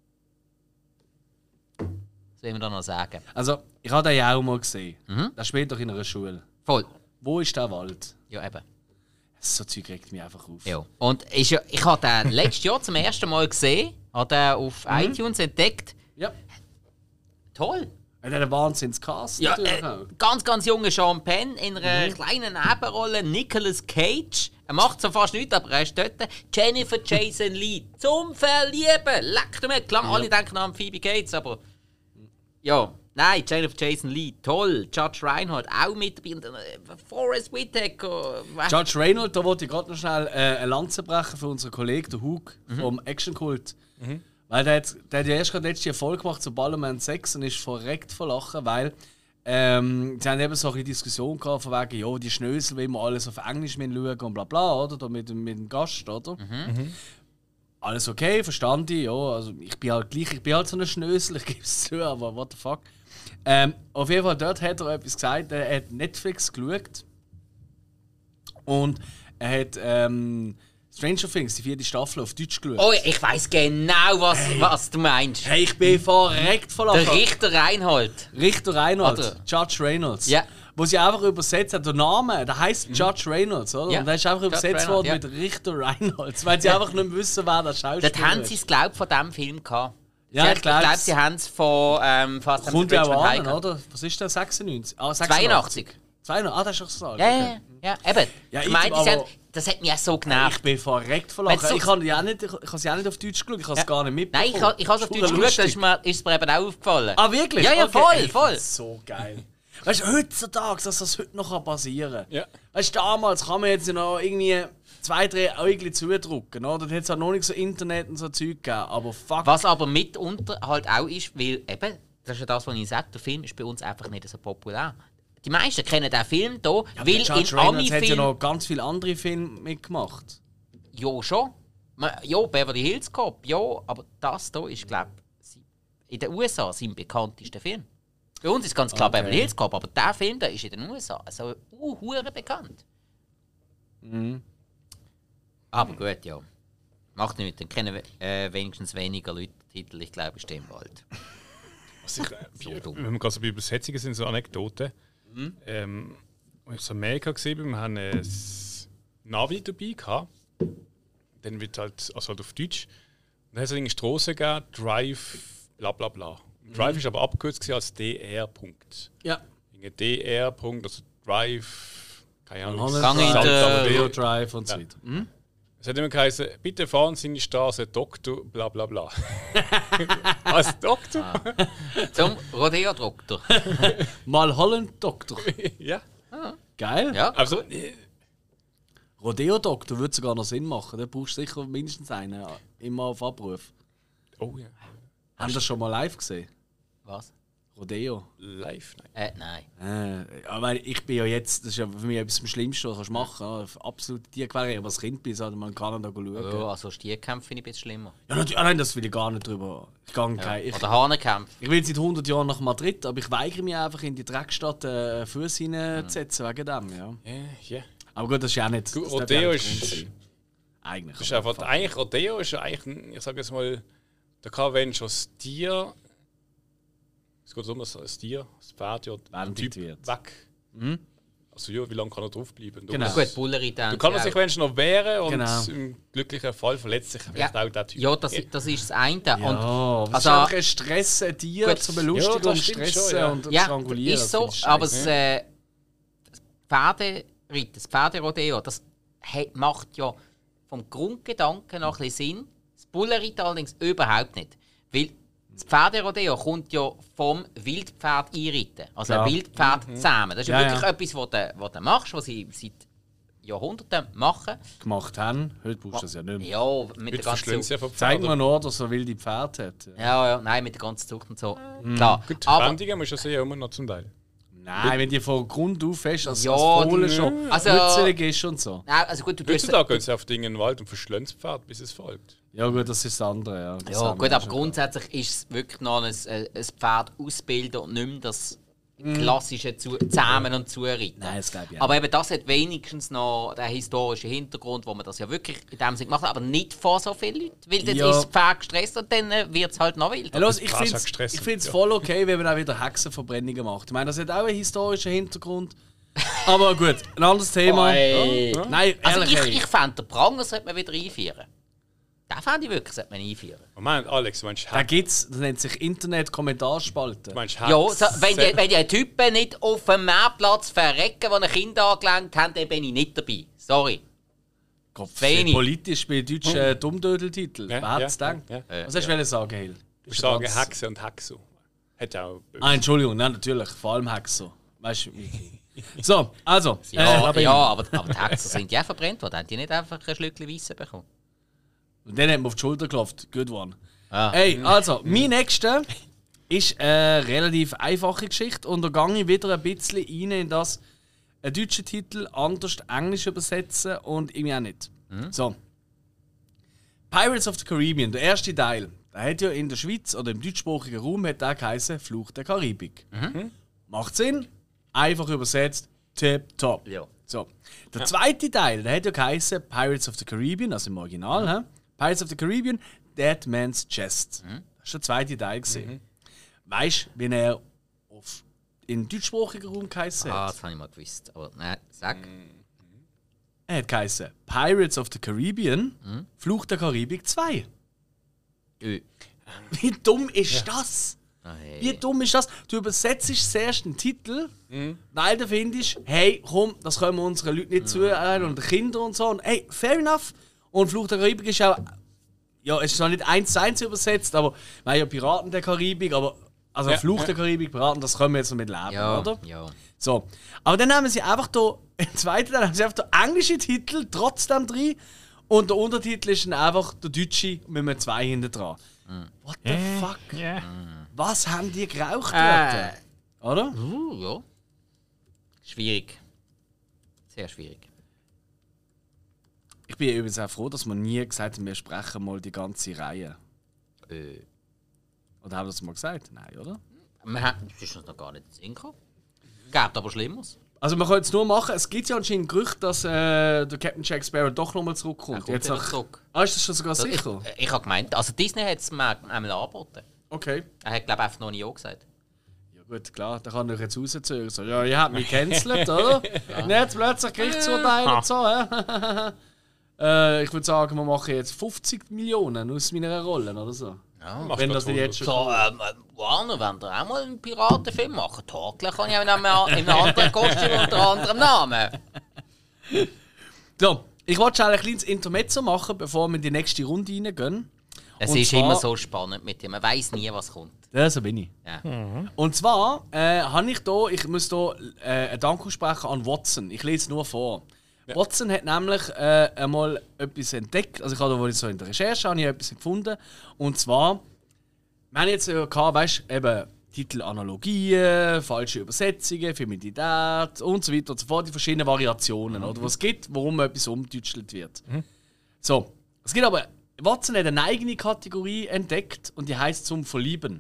Was will man da noch sagen? Also, ich habe den ja auch mal gesehen. Mhm. Das spielt doch in einer Schule. Voll. Wo ist der Wald? Ja, eben. So Zeug regt mich einfach auf. Ja. Und ist ja, ich habe den letztes Jahr zum ersten Mal gesehen, habe den auf mhm. iTunes entdeckt. Ja. Toll. Er hat einen Wahnsinns-Cast Ja, natürlich äh, auch. ganz, ganz junger Sean Penn in einer mhm. kleinen Nebenrolle. Nicolas Cage. Er macht so fast nichts, aber er ist dort. Jennifer Jason Leigh. Zum Verlieben. Leck du mir. Klar, ja. Alle denken an Phoebe Cates, aber... Ja, nein, Jennifer Jason Leigh, toll. Judge Reinhold auch mit dabei. Und, äh, Forrest Whitaker. Judge Reinhold, da wollte ich gerade noch schnell äh, eine Lanze brechen für unseren Kollegen, den Hug mhm. vom Action Kult. Mhm. Weil der hat, der hat ja erst gerade letzte Erfolg gemacht zu Ballerman sechs und ist verreckt vor Lachen, weil ähm, sie haben eben so eine Diskussion gehabt, von wegen, ja, die Schnösel, wie wir alles auf Englisch schauen und bla bla, oder? Da mit, mit dem Gast, oder? Mhm. Alles okay, verstand ich, ja. Also ich bin halt gleich, ich bin halt so ein Schnösel, ich gebe es zu, aber what the fuck. Ähm, auf jeden Fall, dort hat er etwas gesagt, er hat Netflix geschaut und er hat ähm, Stranger Things, die vierte Staffel, auf Deutsch geschaut. Oh, ich weiss genau, was, hey. was du meinst. Hey, ich bin verreckt von Der Richter Reinhold. Richter Reinhold, oder? Judge Reynolds. Ja. Wo sie einfach übersetzt hat, der Name, der heisst mhm. Judge Reynolds, oder? Ja. Und der ist einfach Judge übersetzt worden ja. mit Richter Reynolds, weil sie einfach nicht wissen, wer der Schauspieler ist. Dort haben sie es, glaube ich, von diesem Film gehabt. Ja, ich glaube, glaub, sie haben es von ähm, Fast Kommt ja auch an, oder? Was ist der? sechsundneunzig? Ah, zweiundachtzig. zweiundachtzig. Ah, das ist doch so alt. Ja, okay. ja, ja, eben. Ja, ich meine, haben, das hat mich auch so genervt. Ich bin verreckt verlachen. So ich habe ja nicht, ich habe sie auch nicht auf Deutsch geschaut, ich habe es ja. gar nicht mitbekommen. Nein, ich habe, ich habe es auf Deutsch geschaut, da ist mir, ist mir eben auch aufgefallen. Ah, wirklich? Ja, ja, okay. voll, Ey, voll. So geil. Weißt du, heutzutage, dass das heute noch passieren kann. Ja. Weißt du, damals kann man jetzt ja noch irgendwie zwei, drei Äugel zudrücken, oder? Dann hat es auch noch nicht so Internet und so Zeug gegeben, aber fuck. Was aber mitunter halt auch ist, weil eben, das ist ja das, was ich sage, der Film ist bei uns einfach nicht so populär. Die meisten kennen den Film hier, ja, weil in Ami-Film... hat ja noch ganz viele andere Filme mitgemacht. Ja, schon. Ja, Beverly Hills Cop, ja, aber das hier ist, glaube ich, in den U S A sein bekanntester Film. Bei uns ist ganz klar okay. Beverly Hills Cop, aber der Film der ist in den U S A also uh, hure bekannt. Mhm. Aber gut, ja. Macht nichts, dann kennen äh, wenigstens weniger Leute den Titel, ich glaube, ich stehe im Wald. Was ich, so wenn wir gerade so bei Übersetzungen sind, so Anekdoten. Mhm. Ähm, als ich in Amerika gesehen bin, wir haben ein Navi dabei gehabt. Dann wird halt, also halt auf Deutsch. Dann hat es eine Straße gegeben, Drive, bla bla bla. Mhm. Drive ist aber abgekürzt als D R. Ja. D R. Also Drive, keine Ahnung. Gang in der Video Drive und so weiter. Ja. Mhm. Es hat immer geheißen, bitte fahren Sie in die Straße, Doktor, bla bla bla. Als Doktor? Ah. Zum Rodeo-Doktor. Mal Holland-Doktor. Ja. Ah. Geil. Ja. Also, Rodeo-Doktor würde sogar noch Sinn machen. Da brauchst du sicher mindestens einen, immer auf Abruf. Oh ja. Haben Sie das schon mal live gesehen? Was? Rodeo? Live? Nein. Äh, nein. Äh, aber ich bin ja jetzt, das ist ja für mich etwas am Schlimmsten, was du machen kannst. Absolut Tierquälerei, aber als Kind bin ich halt mal in Kanada schauen. Ja, also Stierkämpfe finde ich ein bisschen schlimmer. Ja, natürlich, nein, das will ich gar nicht drüber. Ich, gehe Ja. kein, ich, Oder Hahnenkämpfe. ich will seit hundert Jahren nach Madrid, aber ich weigere mich einfach in die Dreckstadt äh, Fuß hineinzusetzen wegen dem. Ja. Ja, ja. Aber gut, das ist ja auch nicht. Gut, das Rodeo darf ja nicht ist- Grund sein. Eigentlich. Das ist aber einfach, eigentlich, Rodeo ist ja eigentlich, ein- ich sage jetzt mal, da kann, wenn schon das Tier, es geht um das das Tier, das Pferd, ja, der Wendet Typ wird. weg. Mhm. Also ja, wie lange kann er draufbleiben? Genau. Du, Gut, Bulleri dann. du kannst sich wenigstens noch wehren und Genau. im glücklichen Fall verletzt sich vielleicht auch der Typ. Ja, das, das ist das eine. Ja, Und, das also- ist einfach ein Stress, ein Tier Gut. zu belustigen Ja, das und stimmt stressen schon, ja. und ja, strangulieren. ist so, das finde ich aber scheisse. das, äh, das Pferderitt, das Pferderodeo, das he- macht ja vom Grundgedanken nach ein bisschen Sinn. Das Bullerritt allerdings überhaupt nicht. Weil das Pferderodeo kommt ja vom Wildpferd einreiten. Also Klar. ein Wildpferd zusammen. Das ist ja, Ja, wirklich ja. etwas, was du, was du machst, was sie seit Jahrhunderten machen. gemacht haben. Heute brauchst du das ja nicht mehr. Ja, mit der Heute ganzen verschlönen sie Zucht. ja von Zeig Pferden. mir nur, dass er wilde Pferde hat. Ja, ja, nein, mit der ganzen Zucht und so. Klar. Gut, aber Bändigen musst du ja immer noch zum Teil. Nein, wenn die von Grund auf fest als, Ja, als Fohlen die- schon also- nützlich ist und so. nein, also gut, du tust Heutzutage gehen sie auf Dinge in den Wald und verschlönen das Pferd, bis es folgt. Ja gut, das ist das andere. Ja, das Ja, haben gut, wir aber schon grundsätzlich ist es wirklich noch ein, ein ein Pferd ausbilden und nicht mehr das Mhm. klassische zu, Zähmen und Zureiten. Nein, das glaube ich auch. Aber eben das hat wenigstens noch den historischen Hintergrund, wo man das ja wirklich in dem Sinne gemacht hat, aber nicht vor so vielen Leuten. Weil dann Ja. ist das Pferd gestresst und dann wird es halt noch wilder. Hey, los, ich Krass, finde hat gestresst. es Ja. voll okay, wenn man auch wieder Hexenverbrennungen macht. Ich meine, das hat auch einen historischen Hintergrund. Aber gut, ein anderes Thema. Oi. Ja. Nein, Also ehrlich, ich, hey. ich fände, den Pranger sollte man wieder einführen. Den fände ich wirklich, sollte man einführen. Moment, Alex, du meinst Da Hex? gibt's, das nennt sich Internet-Kommentarspalten. Du meinst Ja, Hex? so, wenn, die, wenn die Typen nicht auf dem Mehrplatz verrecken, die ein Kind angelenkt haben, dann bin ich nicht dabei. Sorry. Gott, wenig. politisch bei deutschen äh, Dummdödeltitel. Ja, Wer hat's ja, gedacht? ja, ja. Was hast du ja. sagen, Hill? Ich sage Hexe und Hexo. Hat auch. Ah, Entschuldigung, nein, natürlich, vor allem Hexer. Weißt du, Miki. So, also. Ja, äh, ja aber, aber die Hexer sind ja auch verbrennt worden. Haben die nicht einfach ein Schlückchen Weisse bekommen? Und dann hat man auf die Schulter geklopft. Good one. Ah. Hey, also, mein nächster ist eine relativ einfache Geschichte und da gehe ich wieder ein bisschen rein in das, einen deutschen Titel anders Englisch übersetzen und irgendwie auch nicht. So. Pirates of the Caribbean, der erste Teil, der hat ja in der Schweiz oder im deutschsprachigen Raum hat der geheißen Fluch der Karibik. Macht Sinn, einfach übersetzt, tip top. Ja. So. Der zweite Teil, der hat ja geheißen Pirates of the Caribbean, also im Original, hä? Pirates of the Caribbean, Dead Man's Chest. Das war der zweite Teil. Mhm. Weißt du, wie er auf, in deutschsprachigen Raum geheißen Ah, hat? das habe ich mal gewusst. Aber nein, sag. Er hat geheißen Pirates of the Caribbean, Fluch der Karibik zwei. Ö. Wie dumm ist das? Ah, hey. Wie dumm ist das? Du übersetzt zuerst einen Titel, weil du findest, hey, komm, das können wir unseren Leuten nicht zuhören und den Kindern und so. Und hey, fair enough. Und Fluch der Karibik ist auch, ja, es ist noch nicht eins zu eins übersetzt, aber wir haben ja Piraten der Karibik, aber also Ja, Fluch ja. der Karibik, Piraten, das können wir jetzt noch mit leben, Ja, oder? ja. So. Aber dann haben sie einfach da, im zweiten Teil haben sie einfach den englischen Titel trotzdem drin und der Untertitel ist dann einfach der deutsche mit einem zwei hinten dran. What the fuck? Ja. Was haben die geraucht Äh. dort? Oder? Uh, ja. Schwierig. Sehr schwierig. Ich bin übrigens auch froh, dass wir nie gesagt haben, wir sprechen mal die ganze Reihe. Äh, Oder haben wir das mal gesagt? Nein, oder? wir haben, das ist uns noch gar nicht in den Sinn gekommen. Gibt aber Schlimmeres. Also wir können es nur machen, es gibt ja anscheinend Gerüchte, dass äh, der Captain Jack Sparrow doch nochmal Er zurückkommt. kommt Jetzt wieder nach... zurück. Ah, ist das schon sogar sicher? Ich, ich habe gemeint, also Disney hat es mir einmal angeboten. Okay. Er hat, glaube ich, einfach noch nie Ja gesagt. Ja gut, klar, da kann ich jetzt rauszögern. So, ja, ihr habt mich gecancelt, oder? Und jetzt plötzlich Gerichtsurteil und so, hä? äh, Ich würde sagen, wir machen jetzt fünfzig Millionen aus meiner Rolle, oder so. Ja. Wenn das nicht jetzt schon... So, ähm, äh, Warner, wenn ihr auch mal einen Piratenfilm machen, Torkel kann ich auch in einem, in einem anderen Kostüm unter anderem Namen. So, ich wollte schon ein kleines Intermezzo machen, bevor wir in die nächste Runde reingehen. Es Und ist zwar- immer so spannend mit dem, man weiß nie, was kommt. Ja, so bin ich. Ja. Und zwar äh, habe ich hier, ich muss hier äh, einen Dank aussprechen an Watson. Ich lese nur vor. Watson hat nämlich äh, einmal etwas entdeckt. Also ich habe, wo ich so in der Recherche habe, ich etwas gefunden. Und zwar, wir haben jetzt ja gehabt, weißt du, eben Titelanalogien, falsche Übersetzungen, Feminität und so weiter und so fort, die verschiedenen Variationen, mhm. oder, was es gibt, warum etwas umgedeutscht wird. Mhm. So, es gibt aber, Watson hat eine eigene Kategorie entdeckt und die heisst «Zum Verlieben».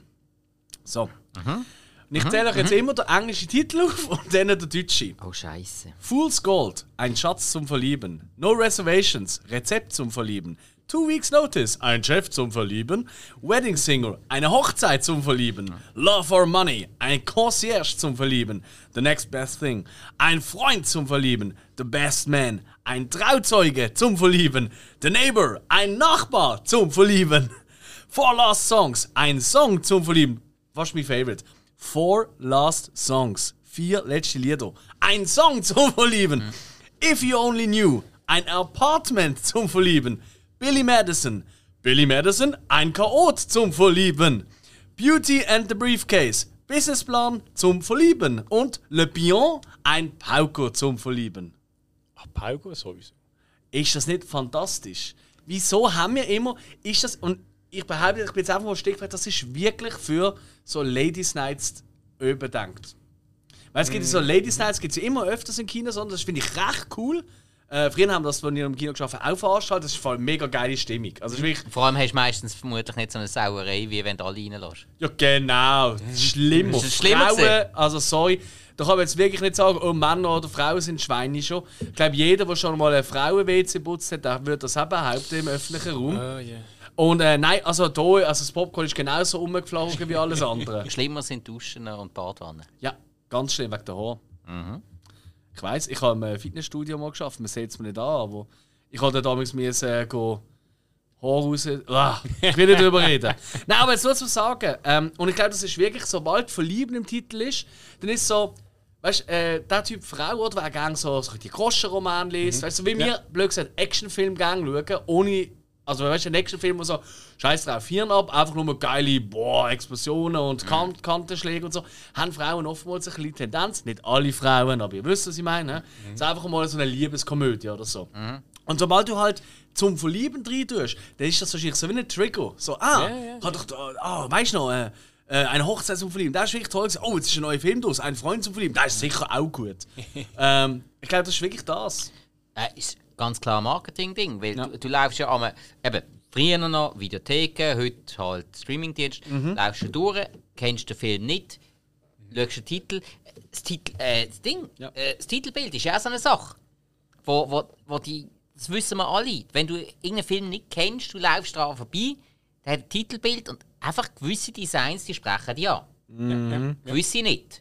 So. Mhm. Und ich zähle euch jetzt mhm. immer den englischen Titel auf und dann den deutschen. Oh, Scheiße. Fool's Gold, ein Schatz zum Verlieben. No Reservations, Rezept zum Verlieben. Two Weeks Notice, ein Chef zum Verlieben. Wedding Singer, eine Hochzeit zum Verlieben. Love or Money, ein Concierge zum Verlieben. The Next Best Thing, ein Freund zum Verlieben. The Best Man, ein Trauzeuge zum Verlieben. The Neighbor, ein Nachbar zum Verlieben. Four Last Songs, ein Song zum Verlieben. Was ist mein Favorite? Four Last Songs. Vier letzte Lieder. Ein Song zum Verlieben. Mhm. If You Only Knew. Ein Apartment zum Verlieben. Billy Madison. Billy Madison. Ein Chaot zum Verlieben. Beauty and the Briefcase. Businessplan zum Verlieben. Und Le Pion. Ein Pauko zum Verlieben. Ach, Pauko sowieso. Ist das nicht fantastisch? Wieso haben wir immer... Ist das... Und ich behaupte, ich bin jetzt einfach mal stickfrei, das ist wirklich für so Ladies Nights überdenkt. Weil es gibt mm. so Ladies Nights gibt es ja immer öfters in Kinos, und das finde ich recht cool. Äh, früher haben wir das, als wir im Kino geschafft haben, auch veranstaltet. Das ist voll eine mega geile Stimmung. Also wirklich, vor allem hast du meistens vermutlich nicht so eine Sauerei, wie wenn du alle reinlässt. Ja, genau. Das ist schlimmer. Das ist schlimmer Frauen, gewesen. also sorry, da kann man jetzt wirklich nicht sagen, oh, Männer oder Frauen sind Schweine schon. Ich glaube, jeder, der schon mal eine Frauen-W C putzt hat, der würde das auch behaupten im öffentlichen Raum. Oh, yeah. Und äh, nein, also da, also das Popcorn ist genauso umgeflogen wie alles andere. Schlimmer sind Duschen und Badwannen. Ja, ganz schlimm wegen der Haare. Mhm. Ich weiss, ich habe im Fitnessstudio mal geschafft, man sieht es mir nicht an, aber ich habe damals müssen, äh, go Haar raus... Uah, ich will nicht drüber reden. Nein, aber jetzt nur zu sagen, ähm, und ich glaube, das ist wirklich, sobald Verlieben im Titel ist, dann ist so, weißt du, äh, der Typ Frau, oder, der gerne so, so die Groschenromane liest, mhm. weißt du, so wie wir, ja. blöd gesagt, Actionfilm gerne schauen, ohne... Also, weißt du, der nächste Film, wo so Scheiß drauf, Hirn ab, einfach nur geile boah, Explosionen und Kant Kantenschläge und so, haben Frauen oftmals eine kleine Tendenz. Nicht alle Frauen, aber ihr wisst, was ich meine. Mhm. Es ist einfach mal so eine Liebeskomödie oder so. Mhm. Und sobald du halt zum Verlieben rein tust, dann ist das wahrscheinlich so wie ein Trigger. So, ah, ja, ja, hat doch da, ah, weißt du noch, äh, eine Hochzeit zum Verlieben, das ist wirklich toll. Oh, jetzt ist ein neuer Film draus, ein Freund zum Verlieben, das ist sicher auch gut. ähm, ich glaube, das ist wirklich das. Äh, ist ganz klar ein Marketing-Ding, weil ja. du, du läufst ja an eben früher noch Videotheken, heute halt Streamingdienst, mhm. läufst du durch, kennst den Film nicht, schaust den Titel, das, Titel, äh, das Ding, ja. äh, das Titelbild ist ja auch so eine Sache, wo, wo, wo die, das wissen wir alle, wenn du irgendeinen Film nicht kennst, du läufst daran vorbei, der hat ein Titelbild und einfach gewisse Designs, die sprechen die an. Mhm. Ja. Gewisse nicht.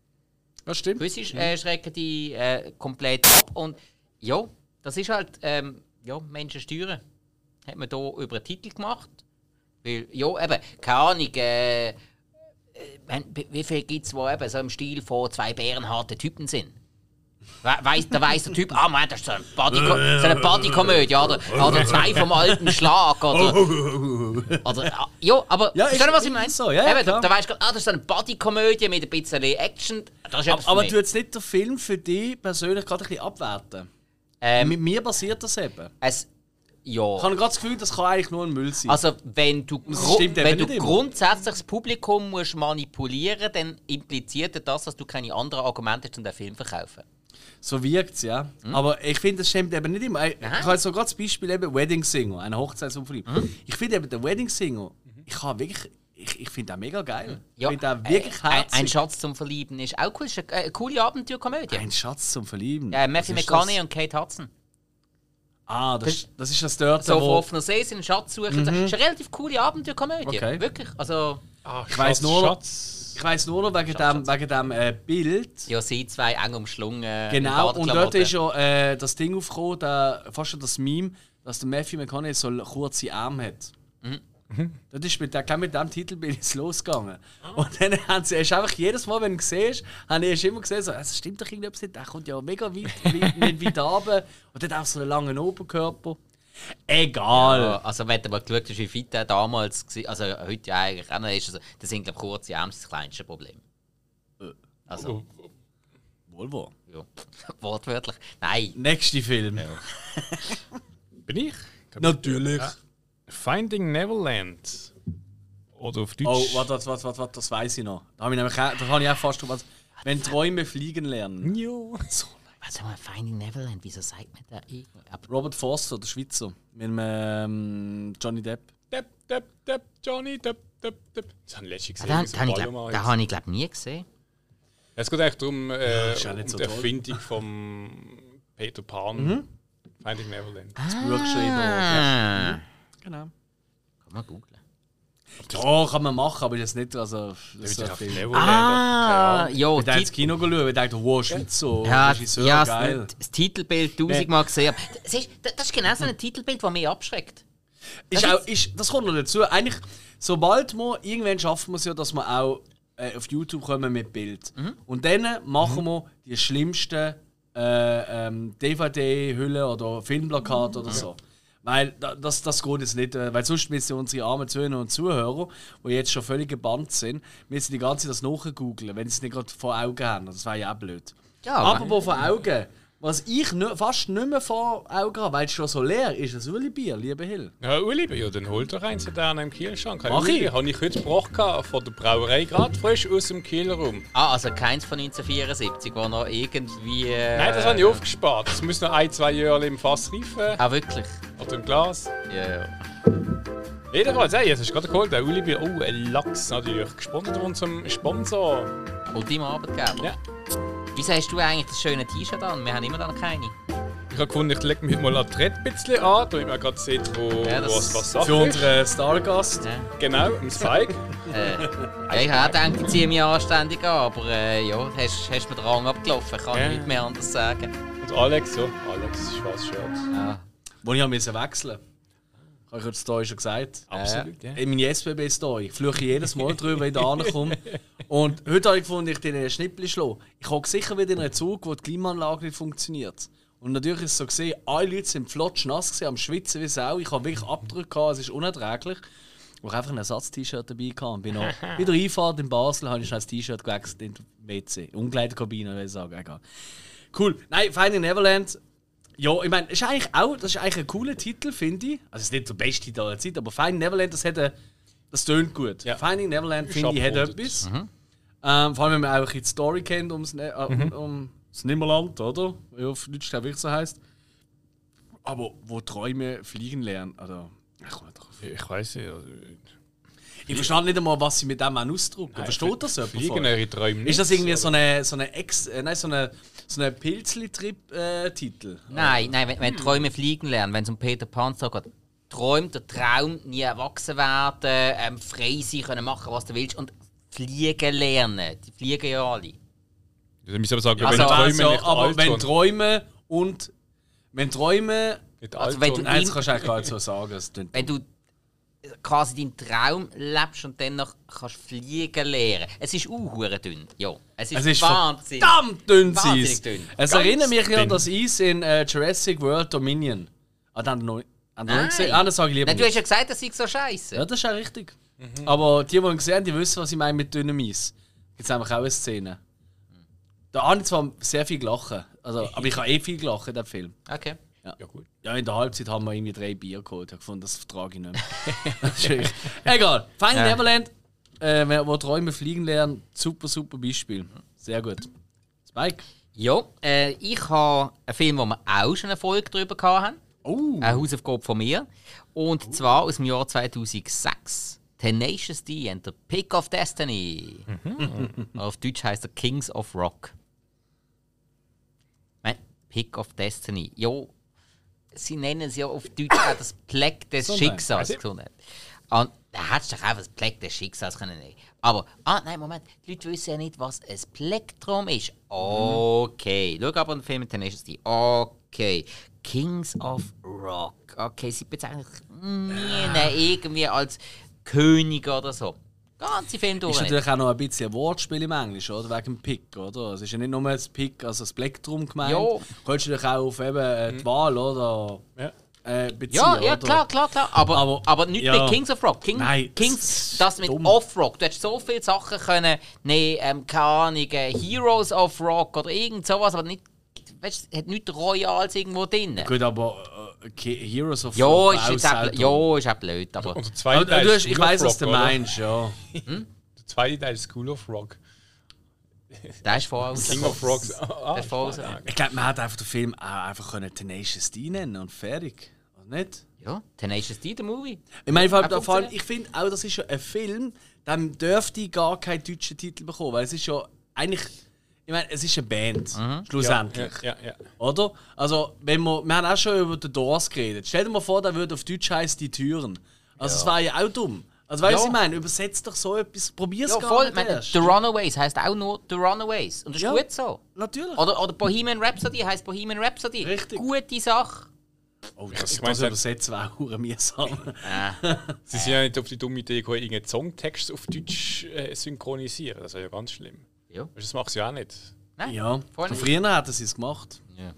Das stimmt. Gewisse äh, schrecken die äh, komplett ab und ja, das ist halt, ähm, ja, Menschen steuern. Hat man hier über einen Titel gemacht. Weil, ja, eben, keine Ahnung, äh, äh, wie viel gibt es, die eben so im Stil von zwei bärenharten Typen sind? We weiss, da weiss der Typ, ah, man, das ist so eine Bodykomödie, so eine Bodykomödie oder, oder zwei vom alten Schlag, oder, oder ja, aber, ja, verstehst du, was ich meine? So, ja, ja, da, da weißt du, ah, das ist so eine Bodykomödie mit ein bisschen Action. Das ist aber aber du jetzt nicht den Film für dich persönlich gerade ein bisschen abwerten? Ähm, Mit mir passiert das eben. Es, ja. Ich habe gerade das Gefühl, das kann eigentlich nur ein Müll sein. Also, wenn du, gru wenn du grundsätzlich das Publikum musst manipulieren musst, dann impliziert das, dass du keine anderen Argumente hast, um den Film zu verkaufen. So wirkt es, ja. Mhm. Aber ich finde, das stimmt eben nicht immer. Ich, ich habe jetzt so gerade das Beispiel eben Wedding Singer, eine Hochzeitsumfilm. Mhm. Ich finde eben, der Wedding Singer, ich habe wirklich... Ich, ich finde das mega geil. Ja, ich finde wirklich äh, herzig. Ein Schatz zum Verlieben ist auch cool. Das ist eine, eine coole Abenteuerkomödie. Ein Schatz zum Verlieben? Ja, Matthew McConaughey und Kate Hudson. Ah, das, das, das ist das dort, so wo... auf offener See sind, einen Schatz suchen. Mhm. Das ist eine relativ coole Abenteuerkomödie. Okay. Wirklich. Also... Ah, ich weiss nur noch, ich weiss nur noch wegen Schatz, dem, wegen dem äh, Bild. Ja, sie zwei eng umschlungen. Genau, und dort ist ja äh, das Ding aufgekommen, der, fast schon das Meme, dass der Matthew McConaughey so kurze Arme hat. Mhm. Mhm. Das ist mit, der, mit diesem Titel bin ich losgegangen. Oh. Und dann haben sie ist einfach jedes Mal, wenn du ihn siehst, habe ich immer gesehen, so, es stimmt doch irgendetwas nicht, der kommt ja mega weit, weit, weit runter. Und dann auch so einen langen Oberkörper. Egal. Ja, also wenn du mal geschaut hast, wie fit er damals war, also heute ja eigentlich auch noch ist, also, das sind glaube ich kurze Arme das kleinste Problem. Also. Oh. Wohl wahr. Ja. Wortwörtlich. Nein. Nächster Film. Ja. Bin ich? Natürlich. Ja. Finding Neverland. Oder auf Deutsch. Oh, warte, warte, warte, warte, das weiß ich noch. Da habe ich nämlich auch, da habe ich auch fast schon was. Wenn Träume fliegen lernen. Jo. So. Warte mal, Finding Neverland, wieso sagt man da irgendwie? Robert Forster, der Schweizer. Mit dem ähm, Johnny Depp. Depp, Depp, Depp, Johnny, Depp, Depp, Depp. Das habe ich letztens Ah, gesehen. den, so den, ein ich glaub, den habe ich glaube nie gesehen. Es geht eigentlich darum, äh, ist ja nicht um so die toll. Erfindung von Peter Pan. Mhm. Finding Neverland. Das Buch geschrieben. Ah, Ja. Genau. kann man googlen. Ja, kann man machen, aber das nicht. Also, das Der ist wird so auf viel. Neverland. Ah, keine ja, Ich dachte ins Tit- Kino schauen, ich dachte, wow, Schweizer, ja, Regisseur, ja geil. das, das Titelbild tausendmal gesehen. Aber Das ist, das ist genau so ein Titelbild, das mich abschreckt. Ist Das auch, ist, das kommt noch dazu. Eigentlich, sobald wir, irgendwann schaffen wir es ja, dass wir auch äh, auf YouTube kommen mit Bild. Und dann machen wir die schlimmsten äh, ähm, D V D-Hüllen oder Filmplakate oder so. Weil da- das, das geht jetzt nicht, äh, weil sonst müssen unsere armen Zuhörer und Zuhörer, die jetzt schon völlig gebannt sind, müssen die ganze Zeit das nachgoogeln, wenn sie es nicht gerade vor Augen haben. Das wäre ja auch blöd. Ja, Aber wo vor Augen, was ich nö- fast nicht mehr vor Augen habe, weil es schon so leer ist, das Uli-Bier, lieber Hill. Ja, Uli, ja, dann holt doch eins da im Kühlschrank. Mach ich. Uli, habe ich heute gebracht gehabt von der Brauerei, gerade frisch aus dem Kühlraum. Ah, also keins von neunzehnhundertvierundsiebzig, wo noch irgendwie. Äh, Nein, das habe ich aufgespart. Das muss noch ein, zwei Jahre im Fass reifen. Ah, wirklich? Oder im Glas. Ja, ja. Jedenfalls, hey, jetzt hast du gerade geholt, der Uli, oh, ein Lachs natürlich. Gesponsert von unserem Sponsor. Ultima Arbeitgeber. Ja. Wieso hast du eigentlich das schöne T-Shirt an? Wir haben immer noch keine. Ich habe gefunden, ich lege mich heute mal an die Red ein bisschen an, damit man gerade sieht, wo, Ja, das- wo was, was Sache Für ist. unseren Stargast. Ja. Genau, um Spike. Äh, ja, ich habe gedacht, ich ziehe mich anständig an, aber äh, ja, hast, hast mir den Rang abgelaufen, kann Ja. ich nicht mehr anders sagen. Und Alex, ja, Alex, schwarzes Shirt. Ja. Wo ich wechseln musste. Habe ich heute Story schon gesagt. Absolut, ja. In meine S B B-Story. Ich fluche jedes Mal drüber, wenn ich da ankomme. Und heute habe ich gefunden, ich den Schnippel schlagen. Ich hocke sicher wieder in einem Zug, wo die Klimaanlage nicht funktioniert. Und natürlich ist es so gesehen, alle Leute sind flotsch nass gewesen, am Schwitzen wie Sau. Ich habe wirklich Abdrücke gehabt, es ist unerträglich. Und ich einfach ein Ersatz-T-Shirt dabei gehabt. Und bin noch bei der Einfahrt in Basel habe ich schnell das T-Shirt gewechselt in die W C. Umkleidekabine, würde ich sagen. Egal. Cool. Nein, Finding Neverland. Ja, ich meine, ist eigentlich auch, das ist eigentlich ein cooler Titel, finde ich. Also es ist nicht der beste Titel aller Zeit, aber Finding Neverland, das hat eine, das tönt gut. Ja. Finding Neverland, Ist finde ich, hat abgerundet. etwas. Ähm, vor allem, wenn man auch ein bisschen die Story kennt ums, Ne- äh, um, um das Nimmerland, oder? Wie auf Deutsch, glaube ich, so heisst. Aber wo Träume fliegen lernen, also... Ich, komme nicht drauf. Ich weiß nicht. Also, Ich verstehe nicht einmal, was sie mit dem ausdrücken. Versteht das jemand? Fliegen von euch? eure Träume nicht? Ist das irgendwie so eine, so eine Ex, äh, nein, so eine, so eine Pilzli-Trip-Titel? Nein, nein, wenn, wenn Träume fliegen lernen, wenn es um Peter Pan geht, träumt der Traum, nie erwachsen werden, ähm, frei sein können, machen, was du willst und fliegen lernen. Die fliegen ja alle. Ich muss aber sagen, Also, wenn Träume Also, nicht aber alt wenn sind. Träume und... Wenn Träume... Nicht Also alt wenn sind. du- Nein, das kannst du eigentlich gar nicht so sagen. Das klingt Wenn du quasi deinen Traum lebst und dann noch kannst fliegen lernen. Es ist auch dünn. Ja, es ist, Es ist wahnsinnig. verdammt dünn, Wahnsinnig Eis. dünn. Es Ganz erinnert mich ja an dünn. das Eis in äh, Jurassic World Dominion. Ah, dann noch, haben noch nicht gesehen? Ah, das sage ich lieber Nein, du hast nicht. ja gesagt, das sei so scheiße. Ja, das ist ja richtig. Aber die, die ihn gesehen haben, die wissen, was ich meine mit dünnem Eis. Jetzt haben wir auch eine Szene. Da habe ich zwar sehr viel gelacht, also, aber ich habe eh viel gelacht in dem Film. Okay. Ja, gut. Ja, in der Halbzeit haben wir irgendwie drei Bier geholt. Ich habe gefunden, das vertrage ich nicht mehr. Das ist wirklich- Egal. Finding Ja. Neverland, äh, wo Träume fliegen lernen, super, super Beispiel. Sehr gut. Spike. Ja, äh, ich habe einen Film, wo wir auch schon eine Folge darüber hatten. Oh. Eine Hausaufgabe von mir. Und zwar aus dem Jahr zweitausendsechs. Tenacious D and the Pick of Destiny. Auf Deutsch heißt er Kings of Rock. Nein, Pick of Destiny. Ja, sie nennen es ja auf Deutsch auch das Pleck des Gesundheit. Schicksals. Gesundheit. Und da hättest du doch einfach das Pleck des Schicksals können nehmen. Aber, ah nein, Moment, die Leute wissen ja nicht, was ein Plektrum ist. Okay, schau aber den Film mit Tenacious D. Okay, Kings of Rock. Okay, sie bezeichnen sich nie irgendwie als König oder so. Ganze Film durch. Ist nicht. natürlich auch noch ein bisschen ein Wortspiel im Englischen, oder? Wegen dem Pick, oder? Es ist ja nicht nur das Pick, also das Plektrum gemeint. Ja. Du kannst dich auch auf eben äh, die Wahl, oder? Ja. Äh, beziehen, Ja, ja, oder? klar, klar, klar. Aber, aber, Aber- nicht ja. bei Kings of Rock. King, Nein, Kings, das ist das mit dumm. Off-Rock. Du hättest so viele Sachen können, nee, ähm, keine Ahnung, äh, Heroes of Rock oder irgend sowas, aber nicht, weißt, es hat nichts Royals irgendwo drin. Gut, aber Heroes of Ja, Rock ist jetzt auch, Saturn. ja, ist auch blöd, aber... Und der zweite Aber Teil du ist hast, ich School of weiss, was Rock, du oder? meinst, ja. Der zweite Teil ist School of Rock. Der ist vorher King of Rocks. Der Ah, ist vorher ah, Ich glaube, man hätte einfach den Film auch einfach können Tenacious D nennen und fertig. Oder nicht? Ja, Tenacious D, der Movie. Ich meine, vor allem, Auch vor allem, funktioniert. ich finde auch, das ist ja ein Film, dem dürfte gar keinen deutschen Titel bekommen, weil es ist ja eigentlich, ich meine, es ist eine Band, schlussendlich. ja, ja, ja. Oder? Also, wenn wir, wir haben auch schon über The Doors geredet. Stell dir mal vor, der würde auf Deutsch heißen die Türen. Also, es wäre ja auch dumm. Also, weißt du, Ja. ich meine, übersetzt doch so etwas, probier's Ja, gar voll. nicht Meine, erst. The Runaways heisst auch nur The Runaways. Und das ist Ja. gut so. Natürlich. Oder, oder Bohemian Rhapsody heisst Bohemian Rhapsody. Richtig. Gute Sache. Oh, das, Ich meine, das das- übersetzen wäre auch verdammt mühsam. Sie sind ja nicht auf die dumme Idee gekommen, irgendeinen Songtext auf Deutsch äh, synchronisieren. Das wäre ja ganz schlimm. Ja. Weißt du, das macht sie auch nicht. Nein, Ja, voll von nicht. früher hätten sie es gemacht. Ja.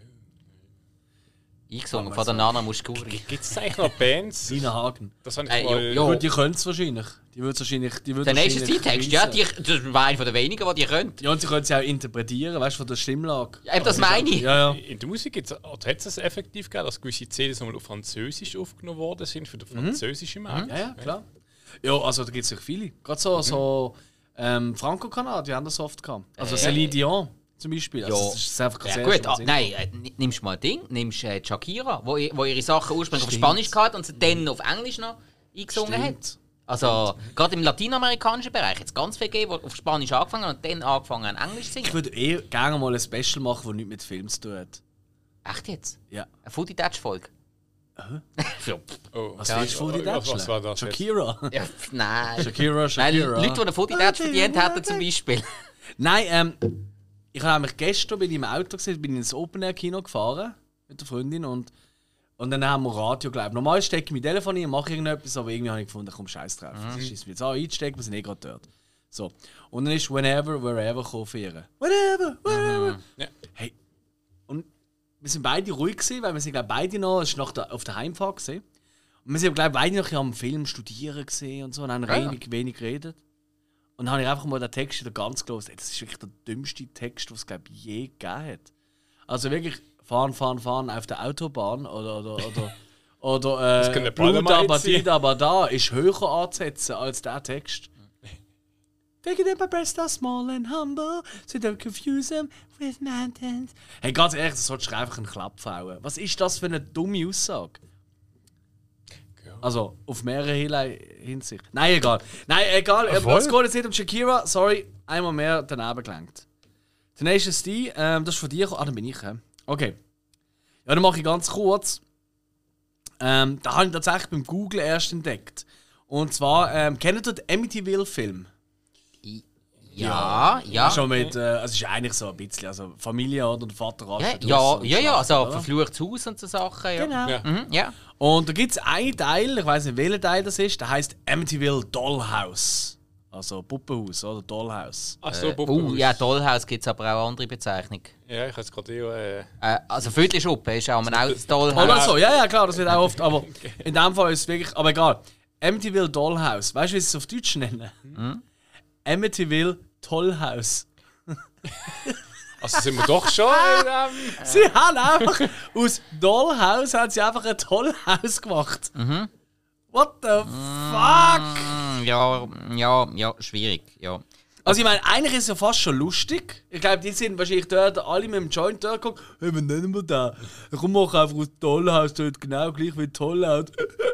Eingesungen von der Nana Muscuri. Gibt es eigentlich noch Bands? Sina Hagen. Das habe ich Äh, mal... jo, jo. Gut, die können es wahrscheinlich. Die würde es wahrscheinlich. Die würde Der nächste wahrscheinlich Text, ja, reissen. die, das war einer der wenigen, die die können. Ja, und sie können sie auch interpretieren, weißt du, von der Stimmlage. Ja, eben das meine ich. Ja, ja. In der Musik gibt's, oder hat es effektiv gegeben, dass gewisse C Ds nochmal auf Französisch aufgenommen worden sind, für den französischen Markt. Ja, ja, klar. Ja, also da gibt es ja viele. Gerade so, so ähm, Franco-Kanadier, die haben das oft gehabt. Also Äh, Celine Dion zum Beispiel. Also, Ja. das ist einfach Ja, sehr gut, schön, ah, was nein, äh, ni- nimmst mal ein Ding, nimmst äh, Shakira, wo, i- wo ihre Sachen ursprünglich Stimmt. auf Spanisch gehabt und sie dann auf Englisch noch eingesungen Stimmt. hat. Also, gerade im lateinamerikanischen Bereich hat es ganz viel gegeben, die auf Spanisch angefangen haben und dann angefangen haben, Englisch zu Ich singen. würde eh gerne mal ein Special machen, das nichts mit Film zu tun hat. Echt jetzt? Ja. Eine Footy-Touch-Folge? Ja, Oh. Was Ja, willst du von die was, was war das jetzt? Shakira. ja, pff, nein. Shakira, Nein, Shakira. Leute, die eine Footy-Touch verdient hätten zum Beispiel. Nein, ähm, ich habe nämlich gestern bin ich im Auto gesehen, bin ins Open-Air-Kino gefahren mit der Freundin und, und dann haben wir Radio geglaubt. Normal stecke ich mein Telefon ein und mache irgendetwas, aber irgendwie habe ich gefunden, komm, scheiß drauf. Das ist mir jetzt auch einstecken, wir sind eh gerade dort. So. Und dann ist Whenever, Wherever gekommen für ihre. Whenever, Wherever. Ja. Hey, und wir sind beide ruhig gewesen, weil wir sind glaub, beide noch, es war nach der, auf der Heimfahrt gesehen. Und wir sind glaube beide noch am Film studieren gesehen und so und haben Ah, ja. wenig, wenig geredet. Und dann habe ich einfach mal den Text wieder ganz gelesen. Ey, das ist wirklich der dümmste Text, den es glaub, je gegeben hat. Also wirklich fahren, fahren, fahren auf der Autobahn oder oder oder oder Das können äh, ein paar Blut mal aber einziehen. die, aber da ist höher anzusetzen als der Text. Taking in my breast are small and humble, so don't confuse them with mountains. Hey, ganz ehrlich, das solltest du einfach einen Klapp hauen. Was ist das für eine dumme Aussage? Also, auf mehrere Hinle- Hinsicht. Nein, egal. Nein, egal. Voll. Es geht jetzt nicht um Shakira. Sorry, einmal mehr daneben gelenkt. Tenacious D, ähm, das ist von dir. Ah, dann bin ich. Äh. Okay. Ja, dann mache ich ganz kurz. Ähm, da habe ich tatsächlich beim Google erst entdeckt. Und zwar, ähm, kennt ihr den Amityville-Film? Ja, ja. Schon mit, äh, also es ist eigentlich so ein bisschen, also Familie oder der Vater Ja, rastet ja, aus und ja, ja, schlacht, also oder? verfluchtes Haus und so Sachen. Ja. Genau. Ja. Mhm, ja. Und da gibt es einen Teil, ich weiß nicht welcher Teil das ist, der heißt Amityville Dollhouse. Also Puppenhaus oder Dollhouse. Ach so, Äh, Puppenhaus. uh, ja, Dollhouse gibt es aber auch andere Bezeichnung. Ja, ich habe es gerade eher... Äh, Äh, also Viertelschuppe ist auch ein das Dollhouse. Oder so, ja, ja, klar, das wird auch oft, aber in dem Fall ist es wirklich, aber egal. Amityville Dollhouse, weißt du, wie sie es auf Deutsch nennen? Hm? Amityville Tollhouse. also sind wir doch schon... Ähm, Sie haben einfach aus Dollhouse haben sie einfach ein Tollhaus gemacht. Mhm. What the fuck? Mm, Ja, ja, ja, schwierig. Ja. Also ich meine, eigentlich ist es ja fast schon lustig. Ich glaube, die sind wahrscheinlich dort alle mit dem Joint dort geguckt. Hey, was nennen wir da? Komm, mach einfach aus Tollhaus dort genau gleich wie Tollhaus.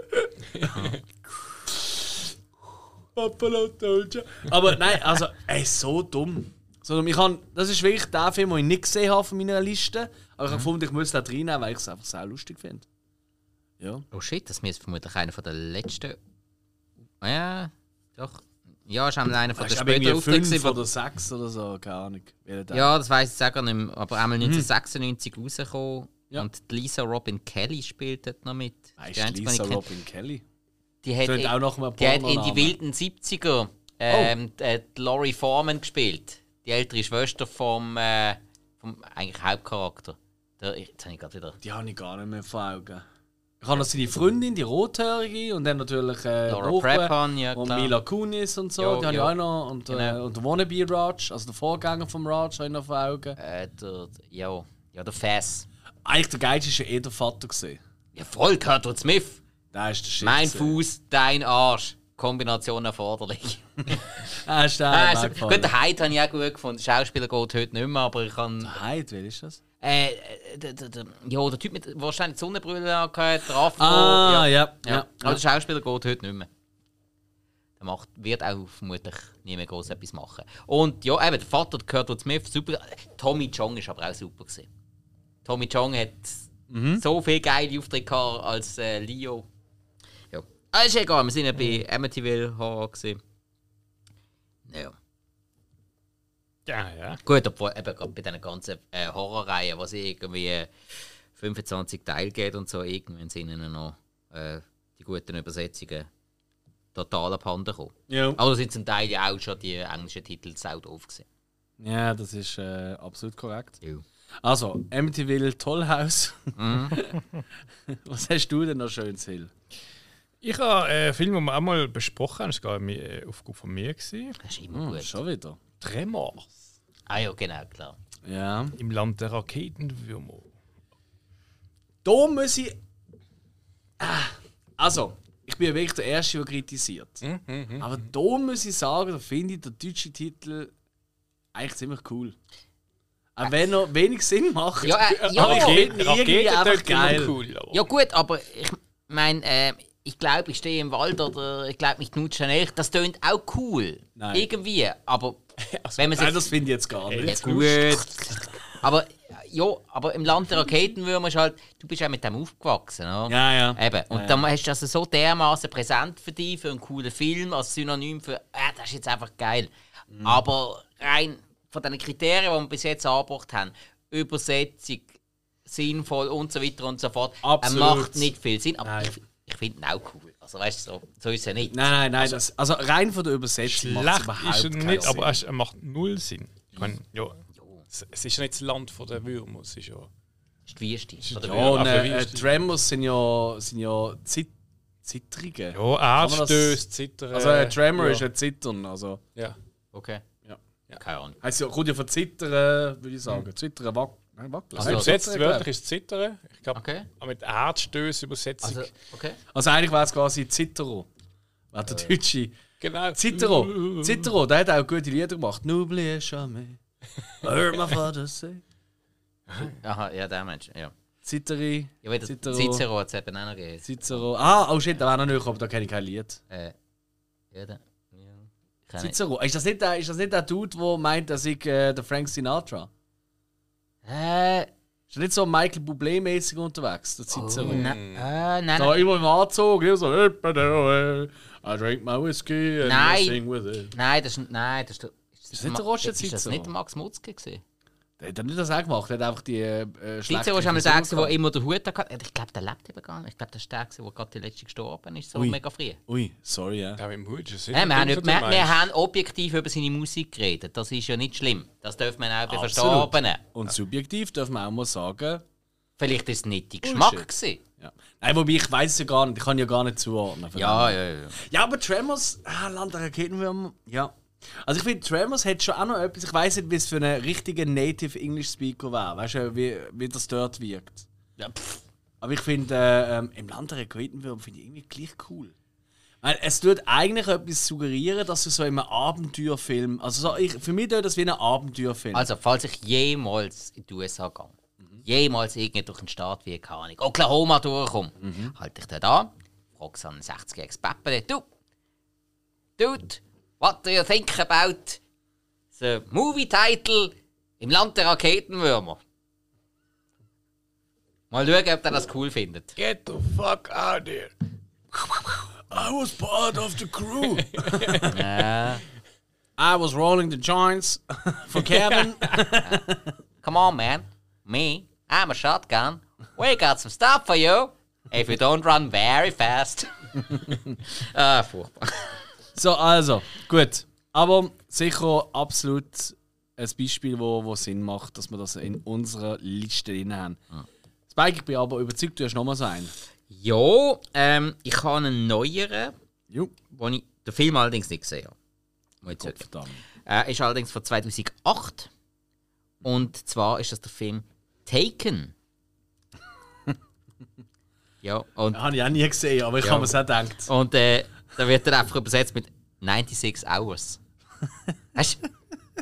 Papalo Dolce. Aber nein, also, ey, so dumm. So dumm. Ich kann, das ist wirklich der Film, den ich nicht gesehen habe von meiner Liste. Aber ich habe gefunden, ich muss da reinnehmen, weil ich es einfach sehr lustig finde. Ja. Oh shit, das müsste vermutlich einer von den letzten. Ja, doch. Ja, ist auch einer von Das den ist aber späteren irgendwie Auftritten. fünf gewesen, oder sechs oder so, keine Ahnung. welcher wo- Teil. Ja, das weiss ich auch gar nicht mehr. Aber einmal neunzehnhundertsechsundneunzig rausgekommen. Ja. Und die Lisa Robin Kelly spielt dort noch mit. Die Weißt einzige, du, die ich Lisa kenne. Robin Kelly? Die hat, Tönt auch nach einem die hat in die Pornonamen. wilden siebziger ähm, äh, die Laurie Foreman gespielt. Die ältere Schwester vom, äh, vom eigentlich Hauptcharakter. Der, jetzt habe ich gerade wieder. Die habe ich gar nicht mehr vor Augen. Ich habe noch seine Freundin, die Rothörige, und dann natürlich äh, Laura Opa Prepon, ja und klar. Mila Kunis und so, Ja, die habe ja. ich auch noch. Und, äh, Genau. und der Wannabe Raj, also der Vorgänger vom Raj, habe ich noch vor Augen. Äh, der, ja, ja, der Fass. Eigentlich der Geilste war ja eh der Vater. Gewesen. Ja, voll, Kurtwood Smith. Da ist der Shit. Mein gewesen. Fuß, dein Arsch. Kombination erforderlich. Ah, ist der Ah, also, weggefallen. gut, der Hyde habe ich auch gut gefunden. Der Schauspieler geht heute nicht mehr, aber ich kann. Hyde, wer ist das? Äh, äh, der, der, der, ja, der Typ mit wahrscheinlich die Sonnenbrille angehabt, der Afro. Ah, ja. ja. ja. Aber der Schauspieler geht heute nicht mehr. Der macht, wird auch vermutlich nie mehr groß etwas machen. Und ja, eben, der Vater, der Kurtwood Smith, super. Tommy Chong ist aber auch super gewesen. Tommy Chong hat Mhm. so viele geile Auftritte gehabt als äh, Leo. Ja. Ah, ist egal, wir sind ja bei Amityville Horror gewesen. Ja. Ja, ja. Gut, obwohl eben gerade bei diesen ganzen äh, Horrorreihen, was irgendwie fünfundzwanzig Teile geht und so, irgendwann sind ihnen noch äh, die guten Übersetzungen total abhanden gekommen. Ja. Also sind zum Teil ja auch schon die englischen Titel sau doof gewesen. Ja, das ist äh, absolut korrekt. Ja. Also, Amityville Tollhaus. Mhm. Was hast du denn noch schönes, Hill? Ich habe einen Film, den wir auch mal besprochen haben, das war gar eine Aufgabe von mir. Gewesen. Das ist immer Hm, gut. schon wieder. Tremors. Ah ja, genau, klar. Ja. Im Land der Raketenwürmer. Da muss ich. Ah, also, ich bin ja wirklich der Erste, der kritisiert. Mhm, Aber da muss ich sagen, da finde ich den deutschen Titel eigentlich ziemlich cool. Auch wenn er wenig Sinn macht. Ja, äh, ja, aber ich ja, finde ihn irgendwie einfach geil. Cool, aber ja gut, aber ich meine, äh, ich glaube, ich stehe im Wald oder ich glaube, mich knutschen echt. Das tönt auch cool. Nein. Irgendwie. Aber Also, wenn man Nein, sich das finde ich jetzt gar Ja, nicht. gut. Aber ja, aber im Land der Raketenwürmer ist halt, du bist auch mit dem aufgewachsen, oder? Ja, ja. Eben. Und Ja, dann hast du das so dermaßen präsent für dich, für einen coolen Film, als Synonym für, äh, das ist jetzt einfach geil. Mhm. Aber rein von den Kriterien, die wir bis jetzt angebracht haben, Übersetzung, sinnvoll und so weiter und so fort, er Absolut. macht nicht viel Sinn. Aber Nein. ich, ich finde ihn auch cool. Also weißt du, so, so ist er nicht. Nein, nein, nein. Das, also rein von der Übersetzung macht es schlecht überhaupt ist er keinen nicht, Sinn. aber er macht null Sinn. Ich meine, ja, Jo, es, es ist ja nicht das Land von der Würmer, es ist ja... ist die Wüste. Von der Ja, Würmer. und aber wie äh, ist die- Tremors sind ja, sind ja Zit Zittrige. Ja, man das- Erdstöße, Zittern... Also ein Tremor ja. ist ein Zittern. Also, Ja. Okay. Ja. Keine Ahnung. heisst ja, kommt ja von Zittern, würde ich sagen. Zittern, wack Nein, wackeln. Also, Nein, Übersetzt Zittern, glaub wörtlich ist Zittern. Ich glaube, Okay. mit Erdstöße Übersetzung. Also, okay. Also eigentlich wäre es quasi Zittero. Wäre der Deutsche. genau. Zittero. Zittero, der hat auch gute Lieder gemacht. N'oublie jamais. I heard my father say. Aha, ja, der Mensch, ja. Zitteri. Ja, weil der Cicero. Cicero hat es eben auch noch gegeben. Cicero. Ah, oh shit, da war noch nicht, aber da kenne ich kein Lied. Äh, ja, der. Ja. Ich kann nicht. Cicero. Ist das nicht der, ist das nicht der Dude, der meint, dass ich äh, der Frank Sinatra? Äh, Ist er nicht so Michael Bublé-mäßig unterwegs, der Cicero? oh, nein, äh, nein, Da nein. immer im Anzug, immer so, I drink my whiskey and Nein. I sing with it. Nein, das ist, nein, das ist, der- ist, das nicht Ma- der Roger Ist das Cicero? nicht der Max Mutzke gewesen? Der hat nicht das auch gemacht, der hat einfach die äh, Cicero ist einmal der, gewesen, der immer den Hut hatte. Ich glaube, der lebt eben gar nicht. Ich glaube, das ist der, gewesen, der gerade die letzte gestorben ist, so Ui. mega früh. Ui, sorry, ja. Ja, mit dem Hut ist es Ja, wir, haben, sicher, nicht- wir, du wir meinst. haben objektiv über seine Musik geredet. Das ist ja nicht schlimm. Das darf man auch bei Absolut. Verstorbenen. Und subjektiv darf man auch mal sagen, Vielleicht ist es nicht der Geschmack Bullshit. gewesen. ja. Nein, wobei ich weiß es ja gar nicht, ich kann ja gar nicht zuordnen. von Ja, dem. ja, ja. Ja, aber Tremors, ah, Land der Raketenwürmer, ja. Also ich finde, Tremors hat schon auch noch etwas, ich weiß nicht, wie es für einen richtigen Native English Speaker wäre, weißt du, wie, wie das dort wirkt. Ja, pff. Aber ich finde, äh, ähm, im Land der Raketenwürmer finde ich irgendwie gleich cool. Weil es tut eigentlich etwas suggerieren, dass du so in einem Abenteuerfilm, also so, ich, für mich tut das wie ein Abenteuerfilm. Also, falls ich jemals in die U S A gehe, jemals irgendwie durch einen Staat wie, keine Ahnung, Oklahoma durchkomme, halte ich dort an, frage so einen sechzigjährigen Päppeli, du, Dude, what do you think about the movie title im Land der Raketenwürmer? Mal schauen, ob der das cool findet. Get the fuck out of here. I was part of the crew. Ja. I was rolling the joints for Kevin. Come on, man. Me, I'm a shotgun. We got some stuff for you. If you don't run very fast. Ah, furchtbar. So, also, gut. Aber sicher absolut ein Beispiel, wo, wo Sinn macht, dass wir das in unserer Liste drin haben. Spike, ich bin aber überzeugt, du hast noch mal so einen. Ja, ähm, ich habe einen neueren, Jo. den ich den Film allerdings nicht gesehen habe. Muss ich sagen. Verdammt. Er ist allerdings von zweitausendacht. Und zwar ist das der Film Taken. Ja, und, Habe ich auch nie gesehen, aber ich Ja. habe mir es auch gedacht. und äh, da wird dann einfach übersetzt mit sechsundneunzig Hours. Weißt du?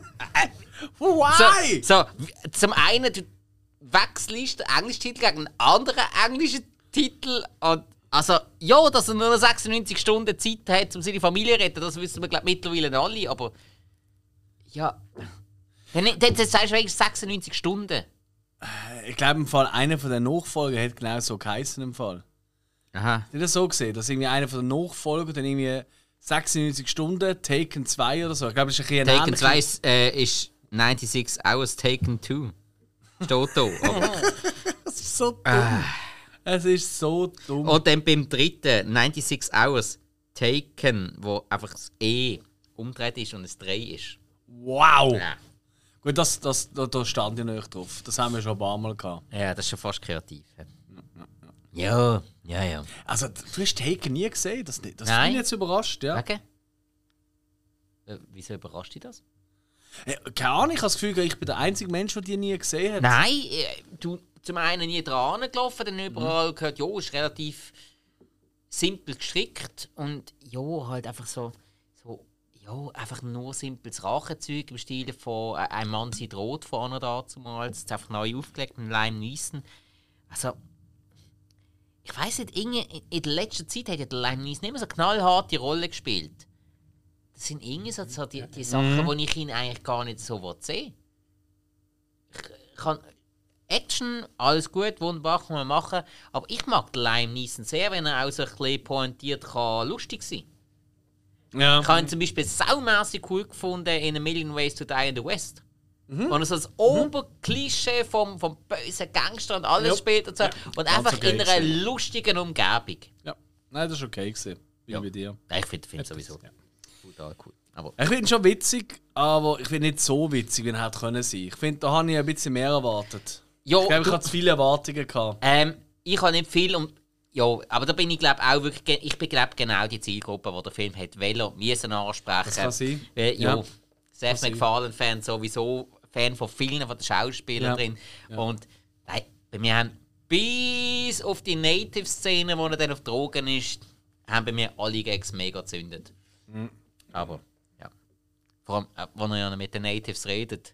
Why? So, so, w- zum einen, du wechselst den englischen Titel gegen einen anderen englischen Titel. Und, also, ja, dass er nur noch sechsundneunzig Stunden Zeit hat, um seine Familie zu retten, das wissen wir glaub, mittlerweile alle. Aber ja, dann, dann, dann sagst du wenigstens sechsundneunzig Stunden. Ich glaube, im Fall einer von den Nachfolger hat genau so geheißen im Fall. Aha. Hast du das so gesehen? Dass irgendwie einer von den Nachfolger dann irgendwie sechsundneunzig Stunden, Taken zwei oder so. Ich glaube, das ist ein bisschen Taken zwei ist, äh, ist sechsundneunzig Hours Taken zwei. Steht da. Aber, Das ist so dumm. Es ist so dumm. und dann beim dritten sechsundneunzig Hours Taken, wo einfach das E umgedreht ist und es drei ist. Wow! Ja. Gut, das, das, da, da stand ich nicht drauf. Das haben wir schon ein paar Mal gehabt. Ja, das ist schon fast kreativ. Ja, ja, ja. Also, du hast Taken nie gesehen? Das, das Nein. bin ich jetzt überrascht, ja. Okay. Äh, wieso überrascht dich das? Äh, Keine Ahnung, ich habe das Gefühl, ich bin der einzige Mensch, der die nie gesehen hat. Nein, äh, du zum einen nie dran gelaufen, dann überall gehört, ja, ist relativ simpel gestrickt und ja, halt einfach so, so ja, einfach nur simples Rachenzeug im Stil von äh, ein Mann sieht rot vorne damals, jetzt einfach neu aufgelegt mit Liam Neeson. Also, ich weiss nicht, irgendwie in der letzten Zeit hat ja der Liam Neeson immer so eine knallharte Rolle gespielt. Das sind irgendwie so, so die, die Sachen, wo ich ihn eigentlich gar nicht so sehen will. Ich kann Action, alles gut, wunderbar, kann man machen. Aber ich mag den Liam Neeson sehr, wenn er auch so ein bisschen pointiert kann, lustig sein. Ja. Ich habe ihn zum Beispiel saumässig cool gefunden in A Million Ways to Die in the West. Mhm. Und er so das Oberklischee vom, vom bösen Gangster und alles Ja. spielt und so. Ja. Und Ganz einfach okay in einer gewesen. lustigen Umgebung. Ja. Nein, das ist okay gewesen. Bin Ja. bei dir. Ja, ich finde den Film sowieso brutal cool. Aber Ich finde ihn schon witzig, aber ich finde nicht so witzig, wie er hätte können sein. Ich finde, da habe ich ein bisschen mehr erwartet. ja, Ich glaube, ich du- hatte zu viele Erwartungen gehabt. Ähm, ich habe nicht viel um. Ja, aber da bin ich glaube auch wirklich. ge- Ich bin glaube genau die Zielgruppe, die der Film hat wollen, müssen ansprechen. Das kann sein. Weil, ja, Ja. Seth sein. MacFarlane-Fan sowieso, Fan von vielen von den Schauspielern Ja. drin. Und nein, bei mir haben bis auf die Native-Szene, wo er dann auf Drogen ist, haben bei mir alle Gags mega gezündet. Mhm. Aber ja. Vor allem, äh, wenn er ja noch mit den Natives redet.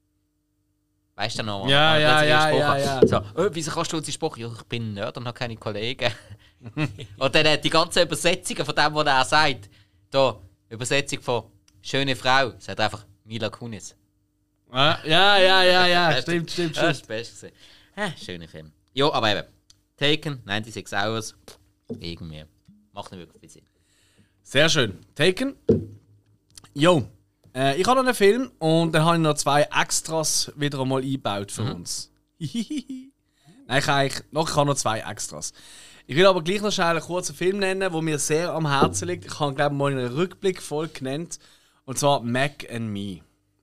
Weißt du noch? Ja, wenn er ja, plötzlich ja, einen Spruch ja, hat. So, oh, wieso kannst du unseren Spruch? Ja, ich bin ein Nerd und habe keine Kollegen. Und dann äh, die ganzen Übersetzungen von dem, was er sagt. Da, Übersetzung von «Schöne Frau», sagt einfach «Mila Kunis». Ja, ja, ja, ja, ja. Das stimmt, stimmt, Das ist stimmt. das Beste. Ah, schöner Film. Ja, aber eben. Taken, sechsundneunzig Hours. Irgendwie. Macht nicht wirklich viel Sinn. Sehr schön. Taken. Jo. Äh, ich habe noch einen Film und dann habe ich noch zwei Extras wieder einmal eingebaut für uns. Nein, ich habe, eigentlich, noch, ich habe noch zwei Extras. Ich will aber gleich noch schnell einen kurzen Film nennen, der mir sehr am Herzen liegt. Ich habe, glaube ich, mal in einer Rückblickfolge genannt. Und zwar Mac and Me.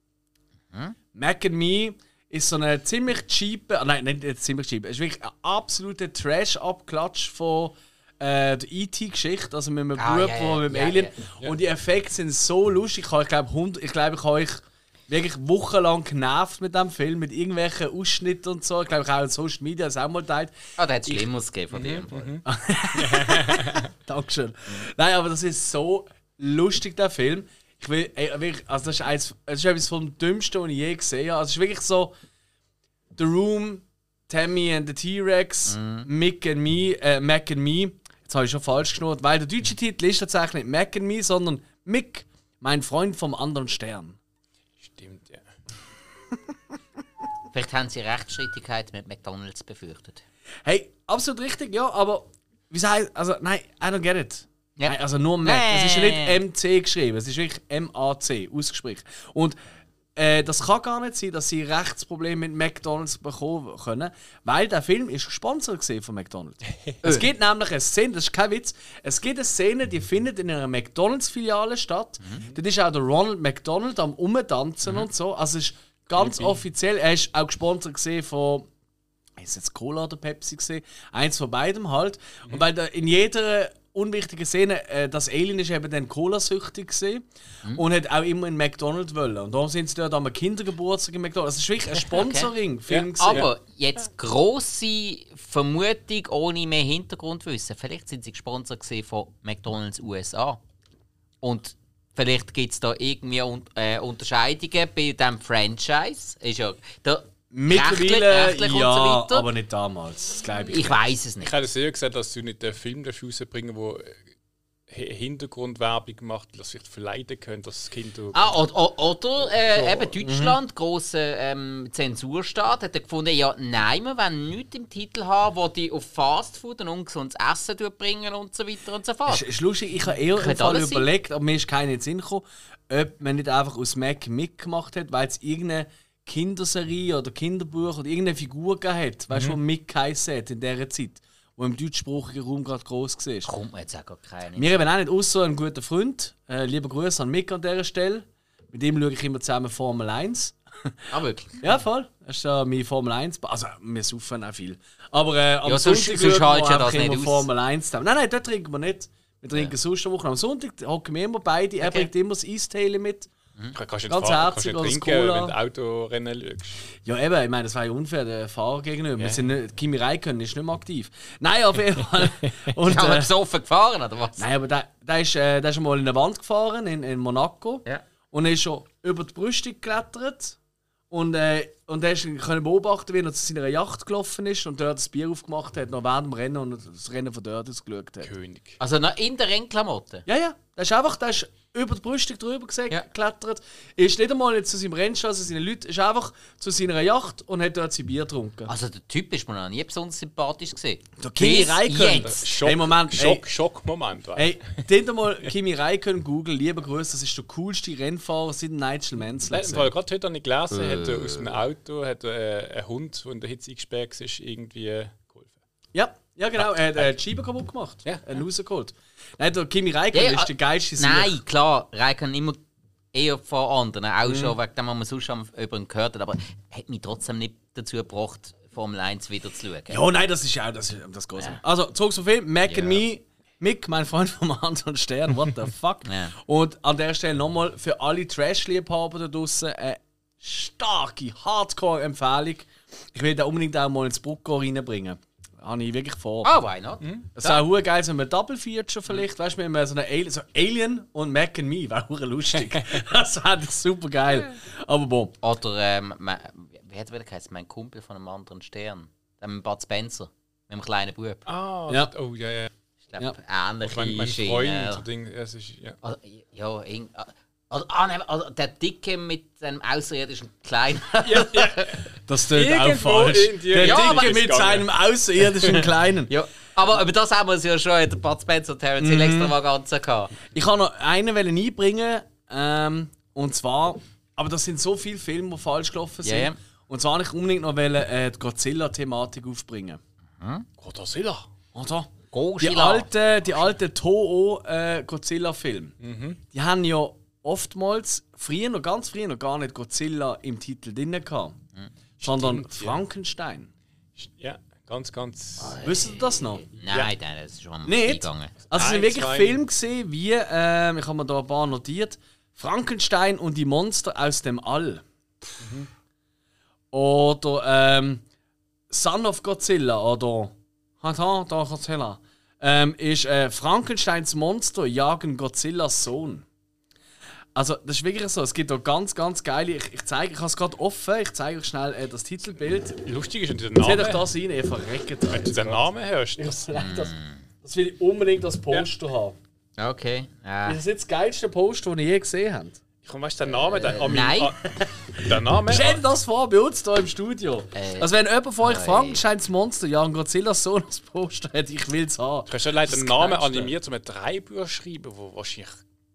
Mac and Me ist so eine ziemlich cheap, ah, nein, nicht ziemlich cheap, es ist wirklich ein absoluter Trash-Abklatsch von äh, der E T-Geschichte, also mit einem Ah, Bub, ja, wo ja, mit dem ja, Alien. ja, Und die Effekte sind so lustig. Ich habe, ich glaube, hund- ich, glaube, ich habe euch wirklich wochenlang genervt mit dem Film, mit irgendwelchen Ausschnitten und so. Ich glaube, ich habe auch in Social Media das auch mal geteilt. Ah, da hat es Schlimmes gegeben von dir. Dankeschön. Nein, aber das ist so lustig, der Film. Ich will, ey, wirklich, also das ist, eins, das ist etwas vom Dümmsten, was ich je gesehen habe. Also es ist wirklich so The Room, Tammy and the T-Rex, Mick and Me, äh, Mac and Me. Jetzt habe ich schon falsch geschnurrt, weil der deutsche Titel ist tatsächlich nicht Mac and Me, sondern Mick, mein Freund vom anderen Stern. Stimmt, ja. Vielleicht haben sie Rechtsstreitigkeit mit McDonalds befürchtet. Hey, absolut richtig, ja, aber wie heißt, also nein, I don't get it. Ja. Nein, also nur Mac. Nee. Es ist ja nicht M C geschrieben, es ist wirklich M A C ausgesprochen. Und äh, das kann gar nicht sein, dass sie Rechtsprobleme mit McDonalds bekommen können, weil der Film ist gesponsert gesehen von McDonalds. Es gibt nämlich eine Szene, das ist kein Witz, es gibt eine Szene, die findet in einer McDonalds-Filiale statt. Mhm. Dort ist auch der Ronald McDonald am Umtanzen mhm. und so. Also es ist ganz Okay. offiziell, er ist auch gesponsert gesehen von ist jetzt Cola oder Pepsi gesehen, eins von beidem halt. Und weil da in jeder unwichtige Szene, äh, das Alien ist eben dann colasüchtig gesehen mhm. und hat auch immer in McDonald's wollen. Und darum sind sie dort am Kindergeburtstag in McDonald's. Das ist wirklich ein Sponsoring-Film. Okay. Ja. Aber jetzt grosse Vermutung, ohne mehr Hintergrundwissen. Vielleicht sind sie gesponsert von McDonald's U S A. Und vielleicht gibt es da irgendwie un äh, Unterscheidungen bei diesem Franchise. Ist ja da mittlerweile rechtlich, rechtlich ja, und so aber nicht damals. Das glaube ich. Ich weiß es nicht. Ich hätte sehr gesagt, dass sie nicht einen Film dafür rausbringen, der Hintergrundwerbung macht, dass sich verleiden können, dass das Kind. Ah, oder, oder äh, so. eben Deutschland, mhm. grosser ähm, Zensurstaat, hat er gefunden, ja, nein, wir wollen nichts im Titel haben, wo die auf Fastfood und ungesundes Essen bringen und so weiter und so fort. Es ist lustig, ich habe eher im Fall überlegt, aber mir ist keiner in den Sinn gekommen, ob man nicht einfach aus Mac mitgemacht hat, weil es irgendeine Kinderserie oder Kinderbuch oder irgendeine Figur gegeben hat, weißt du, mhm. wo Mick geheissen hat in dieser Zeit, wo im deutschsprachigen Raum gerade gross war. Kommt mir jetzt auch gar keine. Wir eben auch nicht, außer ein guter Freund. Äh, lieber Grüße an Mick an dieser Stelle. Mit ihm schaue ich immer zusammen Formel eins. Ah, wirklich? Ja, voll. Das ist ja mein Formel eins. Also, wir saufen auch viel. Aber äh, am ja, Sonntag sonst, sonst halt ja das immer nicht Formel eins zusammen. Nein, nein, dort trinken wir nicht. Wir trinken ja. sonst eine Woche. Am Sonntag hocken wir immer beide. Er okay. bringt immer das Eisteile mit. Mhm. Kannst du ganz fahren, herzig kannst du trinken, wenn du Autorennen schaust? Ja, eben. Ich meine, das wäre ja unfair, der Fahrer gegenüber. Yeah. Wir sind nicht, Kimi Räikkönen ist nicht mehr aktiv. Nein, auf jeden Fall. Und, ja, aber äh, besoffen gefahren, oder was? Nein, aber der, der, ist, äh, der ist mal in eine Wand gefahren, in, in Monaco. Ja. Und er ist schon über die Brüste geklettert. Und, äh, und er konnte beobachten, wie er zu seiner Yacht gelaufen ist und dort das Bier aufgemacht hat, noch während dem Rennen und das Rennen von dort aus geschaut hat. König. Also noch in der Rennklamotte? Ja, ja. Der ist einfach der ist über die Brüste drüber geklettert. Er ist nicht einmal zu seinem Rennstall, also seinen Leuten, ist einfach zu seiner Yacht und hat dort sein Bier getrunken. Also der Typ ist mir noch nie besonders sympathisch gesehen. Der Kimi Räikkönen. Schock, hey, Moment, Schock, Schockmoment. Hey, denkt mal Kimi Räikkönen Google, lieber Grüß, das ist der coolste Rennfahrer seit Nigel Mansell. Weil gerade heute habe ich gelesen, äh. hat er aus einem Auto hat er, äh, ein Hund, der in der Hitze eingesperrt ist, irgendwie äh, geholfen. Ja. Ja, genau, er hat äh, die Scheibe kaputt gemacht. Ja. Er hat rausgeholt. Nein, der Kimi Räikkönen ja, ist der geilste Sieg. Nein, klar, Räikkönen immer eher von anderen. Auch mhm. schon wegen dem, was man sonst schon über ihn gehört hat. Aber hat mich trotzdem nicht dazu gebracht, Formel eins wieder zu schauen. Ja, nein, das ist ja auch das, das Große. Ja. Also, zurück zum Film. Mac ja. and Me. Mick, mein Freund vom Anton Stern, what the fuck. Ja. Und an der Stelle nochmal für alle Trash-Liebhaber da draußen eine starke Hardcore-Empfehlung. Ich will da unbedingt auch mal ins Brucko reinbringen. Habe ich wirklich vor. Ah, oh, why not? Mhm. Das wäre auch geil, so ein Double-Feature vielleicht. Weißt du, wir so eine Alien, so Alien und Mac and Me. Wäre auch lustig. Das wäre super geil. Aber bon. Oder, ähm, mein, wie hat er wieder geheißen? Mein Kumpel von einem anderen Stern. Mit Bud Spencer. Mit einem kleinen Bub. Ah, ja. Oh, ja, ja. Ich glaube, ja. ähnliche mein, mein Schiene. Freund, Ding, es ist, ja. Also, ja, ing, also, ah, nein, also der Dicke mit seinem außerirdischen Kleinen. Ja, ja. Das klingt auch falsch. Der ja, Dicke mit seinem außerirdischen Kleinen. Ja, aber über das haben wir es ja schon in der Bud Spencer und Terence Hill Extravaganza gehabt. Ich kann noch einen einbringen. Ähm, und zwar, aber das sind so viele Filme, die falsch gelaufen sind. Yeah. Und zwar wollte ich unbedingt noch äh, die Godzilla-Thematik aufbringen. Mhm. Godzilla? Oder? Godzilla. Die alten die alte Toho äh, Godzilla-Filme. Mhm. Die haben ja oftmals, früher noch, ganz früher noch gar nicht Godzilla im Titel drin gehabt. Mhm. Sondern Stimmt, Frankenstein. Ja, ganz, ganz. Oh, wisst ihr das noch? Nein, nein, das ist schon mal nicht. Gegangen. Also es sind wirklich Filme gesehen, wie, äh, ich habe mir da ein paar notiert, Frankenstein und die Monster aus dem All. Mhm. Oder ähm, Son of Godzilla oder Hata, da Godzilla. Ähm, ist äh, Frankensteins Monster jagen Godzillas Sohn. Also, das ist wirklich so. Es gibt auch ganz, ganz geile. Ich, ich zeige, ich habe es gerade offen. Ich zeige euch schnell äh, das Titelbild. Lustig ist, wenn du den Namen. Seht euch das rein, ihr verreckt. Wenn du den Namen hörst. Das, das, das will ich unbedingt als Poster ja. haben. Okay. Ja. Das ist jetzt das geilste Poster, das ihr je gesehen habt. Ich komme, weißt du, den Namen? Der, äh, nein. Ah, der Name? Stell dir das vor, bei uns hier im Studio. Äh, also, wenn jemand von euch Frankensteins Monster, ja, und Godzillas Sohn als Poster hat, ich will es haben. Du kannst ja leider einen Namen animiert, um ein Dreibuch schreiben, wo wahrscheinlich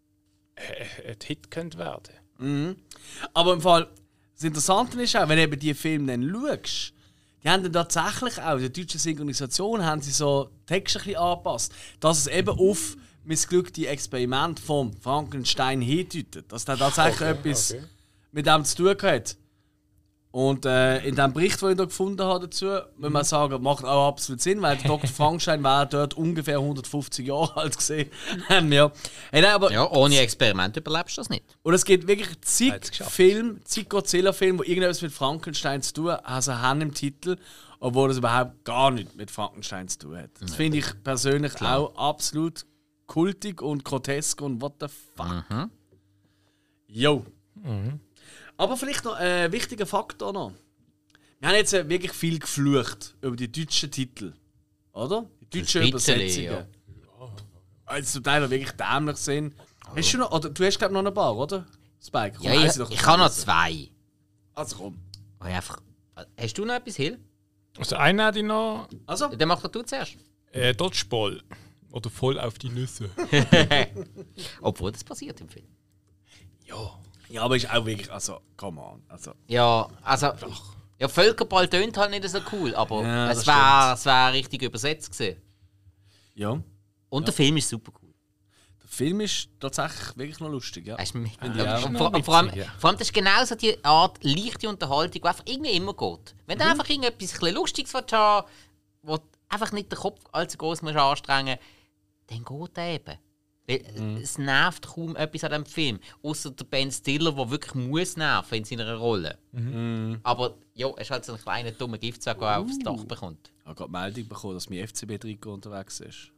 ein Hit könnte werden. Mhm. Aber im Fall, das Interessante ist auch, wenn du eben diese Filme dann schaust, die haben dann tatsächlich auch, in der deutschen Synchronisation haben sie so Texte ein bisschen angepasst, dass es eben auf missglückte Experiment vom Frankenstein hindeutet. Dass da tatsächlich okay, etwas okay. mit dem zu tun hat. Und äh, in dem Bericht, den ich da gefunden habe dazu, muss man sagen, macht auch absolut Sinn, weil der Doktor Frankenstein war dort ungefähr hundertfünfzig Jahre alt gesehen. ja. Hey, nein, aber Ja, ohne Experiment überlebst du das nicht. und es gibt wirklich zig Hat's geschafft. Filme, zig Godzilla-Filme, die irgendetwas mit Frankenstein zu tun also haben im Titel, obwohl das überhaupt gar nichts mit Frankenstein zu tun hat. Das finde ich persönlich auch absolut kultig und grotesk und what the fuck. Mhm. Jo. Aber vielleicht noch ein äh, wichtiger Faktor noch. Wir haben jetzt äh, wirklich viel geflucht über die deutschen Titel. Oder? Die deutschen Ein bisschen, Übersetzungen. Also zum Teil auch wirklich dämlich sind. Hast du noch, oder du hast glaube noch ein paar, oder? Spike, komm, Ja, eins ich, noch ich habe noch vergessen. zwei. Also komm. Oh, ja, einfach, hast du noch etwas, Hill? Also einen hätte ich noch, Also, Dann mach doch du zuerst. äh, Dodgeball. Oder voll auf die Nüsse. Obwohl das passiert im Film. Ja. ja, aber ist auch wirklich, also, come on. Also, Ja, also. Ja, Völkerball tönt halt nicht so cool, aber Ja, es das wäre es wär richtig übersetzt gewesen. ja. Und der Film ist super cool. Der Film ist tatsächlich wirklich noch lustig, ja. Weißt du, mit- Finde ich auch. und vor, und vor, allem, Witzig, ja. vor allem, das ist genau so die Art leichte Unterhaltung, die einfach irgendwie immer geht. Wenn du einfach irgendetwas ein bisschen Lustiges willst haben, wo du einfach nicht den Kopf allzu groß musst anstrengen, dann geht der eben. Weil es nervt kaum etwas an diesem Film. Außer der Ben Stiller, der wirklich muss nerven in seiner Rolle. Aber ja, er ist halt so ein kleiner dummer Giftsack, der aufs Dach bekommt. Ich habe gerade Meldung bekommen, dass mein F C B-Trikot unterwegs ist.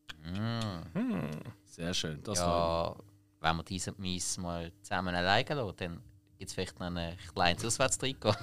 Sehr schön. Das war Ja, wenn wir dies und meins mal zusammen alleine lassen, dann gibt es vielleicht noch ein kleines Auswärtstrikot.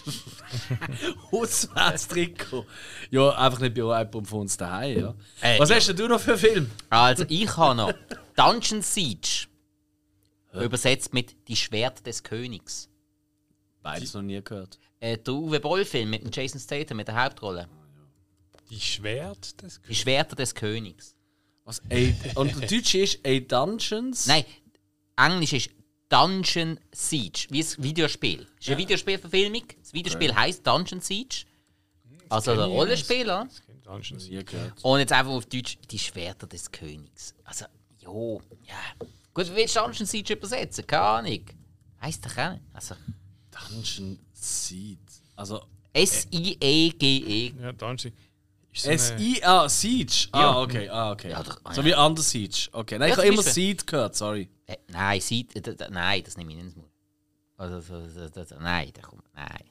Auswärtstrikot. Ja, einfach nicht bei jemandem von uns daheim. Ja. Äh, Was ja. hast denn du noch für einen Film? Also, ich habe noch Dungeon Siege. Übersetzt mit Die Schwert des Königs. Beides noch nie gehört. Äh, der Uwe Boll-Film mit dem Jason Statham mit der Hauptrolle. Die Schwert des Die Schwerter des Königs. Was? A, und der Deutsche ist A Dungeons? Nein, Englisch ist Dungeon Siege, wie ein Videospiel. Es ist eine Videospielverfilmung. Das Videospiel heisst Dungeon Siege. Also der Rollenspieler. Dungeons. Nie gehört. Und jetzt einfach auf Deutsch Die Schwerter des Königs. Also, jo, ja. Gut, wie willst du Dungeon Siege übersetzen? Keine Ahnung. Weiss doch auch nicht. Also, Dungeon Seed. Also S I E G E. Ja, Dungeons. Ist so S eine- I A Siege. Ah, Ja. okay. Ah, okay. Ja, doch, ah, so ja. wie Under Siege. Okay. Nein, Ja, ich habe zum immer Beispiel. Seed gehört, sorry. Äh, nein, Siege, äh, d- d- nein, das nehme ich nicht ins Mund. Also, so, so, so, so, nein, da kommt, nein.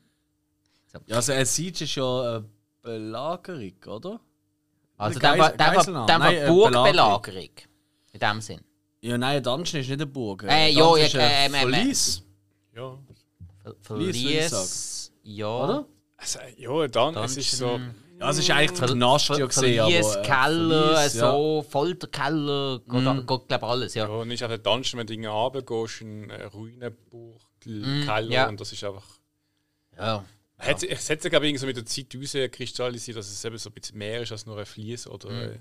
Ja, also ein Siege ist ja eine Belagerung, oder? Also, Geis- dann war, dann war, Geiselnahme. dann war Nein, äh, Burgbelagerung. In dem Sinn. Ja, nein, ein Dungeon ist nicht eine Burg. Äh, Ein ja, Dungeon ja, ist ein ähm, ähm, Verlies, Ja. Ver- Verlies, würde ich Verlies. Ja. oder? Also, ja, dann, es ist so. Ja, es ist eigentlich der Ver- Knast Ver- ja gesehen, aber... Verlies, äh, Keller, Verlies, ja. so, Folterkeller, geht, Mhm. geht glaube alles, ja. Ja, und nicht auf den Dungeon, wenn du irgendwie runtergehst, ein äh, Ruinenbuch, Keller, ja. und das ist einfach. Ja. Hat, es hat sich, glaube ich, irgendwie so mit der Zeit herauskristallisiert, dass es eben so ein bisschen mehr ist als nur ein Flies oder. Äh,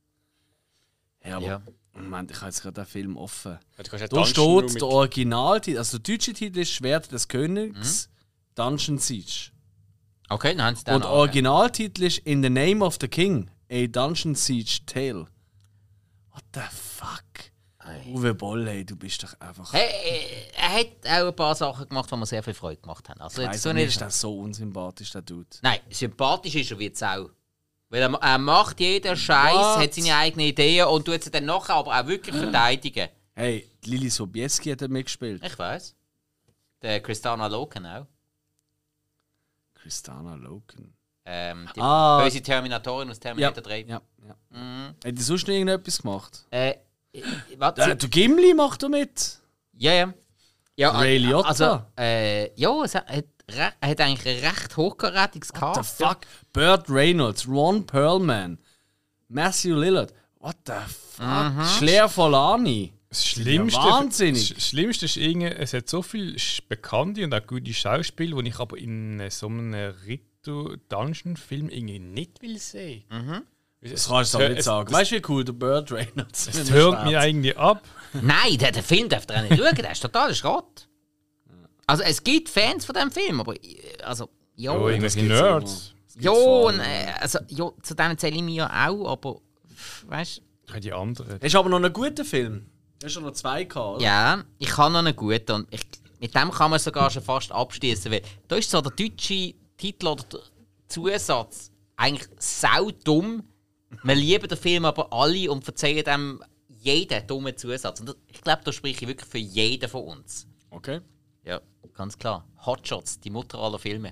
Ja, aber... Ja. Moment, ich habe jetzt gerade den Film offen. ja, du kannst ja Da Dungeon nur steht mit- der Originaltitel, also der deutsche Titel ist Schwert des Königs, Dungeon Siege. Okay, dann haben sie den Und der Originaltitel ist In the Name of the King, a Dungeon Siege Tale. What the fuck? Uwe Boll, hey, du bist doch einfach... Hey, äh, er hat auch ein paar Sachen gemacht, die mir sehr viel Freude gemacht haben. Also jetzt Weiss, so mir nicht. ist das so unsympathisch, der Dude. Nein, sympathisch ist er wie Sau. Weil er, er macht jeden Scheiß, What? hat seine eigenen Ideen und tut sie dann nachher aber auch wirklich verteidigen. Hey, Lili Sobieski hat da mitgespielt. Ich weiß. Der Christana Loken auch. Christana Loken. Ähm, die Ah. böse Terminatorin aus Terminator drei. Ja, ja. Mhm. Hat die sonst noch irgendetwas gemacht? Äh, äh, warte. Äh, der Gimli macht da mit. Ja, ja. ja Ray Liotta. Also, äh, ja, es hat, hat, re- hat eigentlich ein recht hochkarätiges What the Cast. fuck? Burt Reynolds, Ron Perlman, Matthew Lillard. What the fuck? Claire Forlani. Das Schlimmste, Ja, wahnsinnig. Das Schlimmste ist irgendwie, es hat so viele sch- bekannte und auch gute Schauspieler, die ich aber in äh, so einem Rito-Dungeon-Film irgendwie nicht will sehen. Das kannst du doch nicht sagen. Weißt du, wie cool der Burt Reynolds Es hört mich eigentlich ab. Nein, der, der Film darf ihr auch nicht schauen, der ist total Schrott. Also es gibt Fans von diesem Film, aber äh, also, ja. Oh, irgendwelche gibt's Nerds. ja, vor und, äh, also, ja, zu denen zähle ich mich ja auch, aber weißt Ja, die anderen. Das ist aber noch ein guter Film. Du hast schon noch zwei gehabt, oder? ja, ich habe noch einen guten und ich, mit dem kann man sogar schon fast abschließen, weil da ist so der deutsche Titel oder der Zusatz eigentlich sau dumm. Wir lieben den Film aber alle und verzeihen dem jeden dummen Zusatz. Und ich glaube, da spreche ich wirklich für jeden von uns. Okay. Ja, ganz klar. Hotshots, die Mutter aller Filme.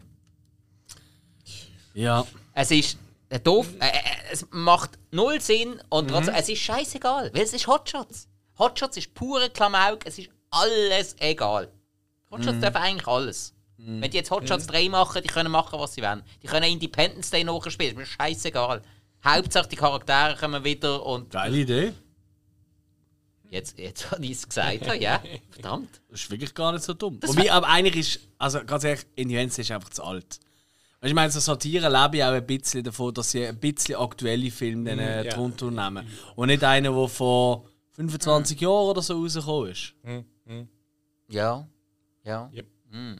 Ja. Es ist äh, doof, äh, äh, es macht null Sinn und trotzdem, Mhm. es ist scheißegal, weil es ist Hotshots. Hotshots ist pure Klamauk, es ist alles egal. Hotshots Mhm. dürfen eigentlich alles. Mhm. Wenn die jetzt Hotshots drei machen, die können machen, was sie wollen. Die können Independence Day nachspielen, ist mir scheißegal. Hauptsache die Charaktere kommen wieder und... Geile Idee. Jetzt, jetzt habe ich es gesagt, ja. Verdammt. Das ist wirklich gar nicht so dumm. Das Wobei, aber eigentlich ist, also ganz ehrlich, Independence ist einfach zu alt. Weißt, ich meine, so Satire lebe ich auch ein bisschen davon, dass sie ein bisschen aktuelle Filme mm, ja. drunter nehmen. Und nicht einen, der vor fünfundzwanzig mm. Jahren oder so rausgekommen ist. Mm, mm. Ja. Ja. Yep. Mm.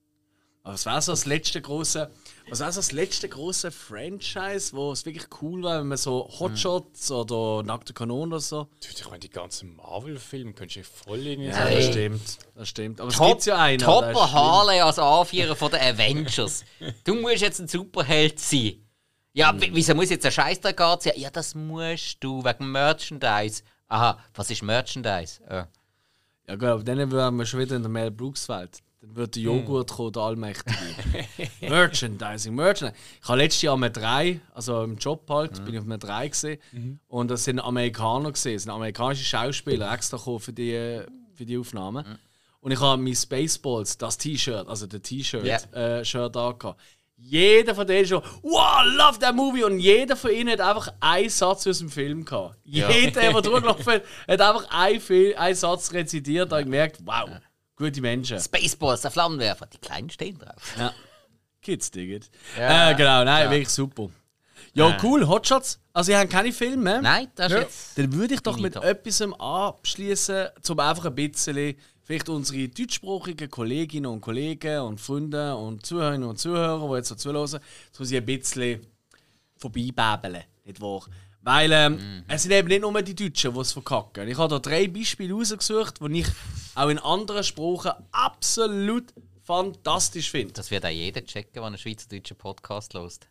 Aber was wäre so das letzte große, was wäre so das letzte große Franchise, wo es wirklich cool war, wenn man so Hotshots mm. oder Nackte Kanone oder so. Ich meine, die ganzen Marvel-Filme könntest du voll in Ja, Hey. das stimmt. Das stimmt. Aber Top, es gibt ja einen. der ist Topper schlimm. Harley als Anführer von den Avengers. Du musst jetzt ein Superheld sein. Ja, w- wieso muss jetzt ein Scheißdreck sein? Ja, das musst du, wegen Merchandise. Aha, was ist Merchandise? Äh. Ja gut, aber dann wären wir schon wieder in der Mel Brooks Welt. Dann wird der Joghurt kommen, der Allmächtige. Merchandising, Merchandising. Ich habe letztes Jahr am drei, also im Job halt, Mhm. bin ich auf einem drei gesehen. Mhm. Und das sind Amerikaner gesehen, das sind amerikanische Schauspieler extra gekommen für die, für die Aufnahmen. Mhm. Und ich habe mein Spaceballs, das T-Shirt, also der T-Shirt, Yeah. äh, Shirt angehabt. Jeder von denen schon, wow, love that movie! Und jeder von ihnen hat einfach einen Satz aus dem Film gehabt. Ja. Jeder, der durchgelaufen hat, hat einfach einen, Film, einen Satz rezitiert und gemerkt, wow, gute Menschen. Spaceballs, der Flammenwerfer, die Kleinen stehen drauf. Ja. Kids, Digga. Ja. Äh, genau, nein, Ja. wirklich super. Ja, Ja. cool, Hotshots. Also, ihr habt keine Filme. Nein, das ist Ja. jetzt... Dann würde ich doch mit Finito. etwas abschließen, um einfach ein bisschen vielleicht unsere deutschsprachigen Kolleginnen und Kollegen und Freunde und Zuhörerinnen und Zuhörer, die jetzt so zuhören, so sie ein bisschen vorbeibäbeln, nicht wahr? Weil ähm, Mhm. es sind eben nicht nur die Deutschen, die es verkacken. Ich habe da drei Beispiele rausgesucht, die ich auch in anderen Sprachen absolut fantastisch finde. Das wird auch jeder checken, der einen schweizerdeutschen Podcast hört.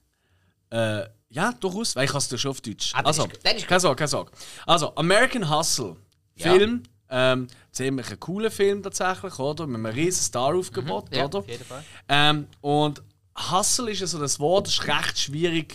Äh, ja, durchaus, weil ich es schon auf Deutsch. Ah, das Also, ist gut, das ist gut. keine Sorge, keine Sorge. Also, American Hustle, Ja. Film, ähm, ziemlich ein cooler Film tatsächlich, oder? Mit einem riesen Star-Aufgebot, Ja, oder? auf jeden Fall. Ähm, und Hustle ist ja so das Wort, das ist recht schwierig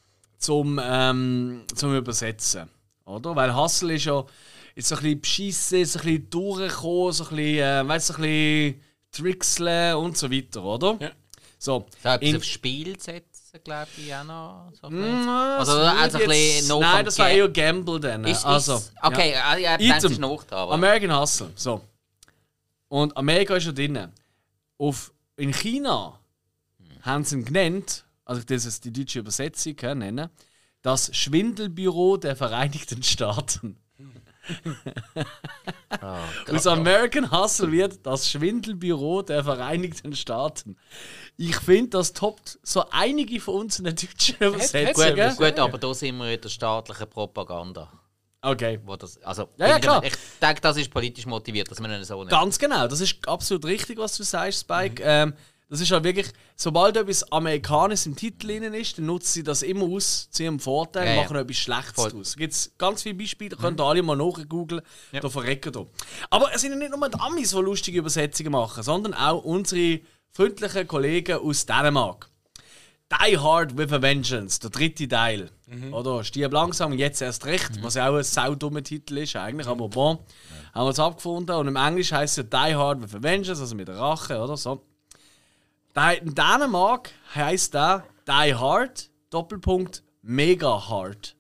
zum, ähm, zum Übersetzen, oder? Weil Hustle ist ja ist so ein bisschen beschissen, so ein bisschen durchkommen, so ein bisschen, äh, weißt, so ein bisschen trickseln und so weiter, oder? Ja. So, So etwas in- aufs Spiel setzen, glaube ich, auch noch. So ein Mm, bisschen. das also, würde also ein jetzt- bisschen noch Nein, am das war Ga- eher Gamble dann. Ist, also, ist, okay, ja. ja, Item. das ist noch da. Aber American Hustle. So. Und Amerika ist schon drin. Auf, in China haben sie ihn genannt, also das ist die deutsche Übersetzung äh, nennen, das Schwindelbüro der Vereinigten Staaten. oh, Aus American Hustle wird das Schwindelbüro der Vereinigten Staaten. Ich finde, das toppt so einige von unseren deutschen Übersetzungen. hat's gut, aber da sind wir in der staatlichen Propaganda. Okay. Wo das, also, Ja, ja, ich- klar. Ich denke, das ist politisch motiviert, dass man ihn so nennt. Ganz genau, das ist absolut richtig, was du sagst, Spike. Ähm, das ist halt wirklich, sobald etwas Amerikanisches im Titel drin ist, dann nutzen sie das immer aus zu ihrem Vorteil und Ja, ja. machen etwas Schlechtes Voll. daraus. Da gibt es ganz viele Beispiele, könnt ihr alle mal nachgoogeln, Ja. da verrecken da. Aber es sind ja nicht nur die Amis, die lustige Übersetzungen machen, sondern auch unsere freundlichen Kollegen aus Dänemark. Die Hard with a Vengeance, der dritte Teil. Oder Stirb langsam und jetzt erst recht, was ja auch ein saudummer Titel ist eigentlich, aber bon, haben wir es abgefunden. Und im Englisch heisst es ja Die Hard with a Vengeance, also mit der Rache oder so. Da- In Dänemark heisst der Die Hard, Doppelpunkt, Mega Hard.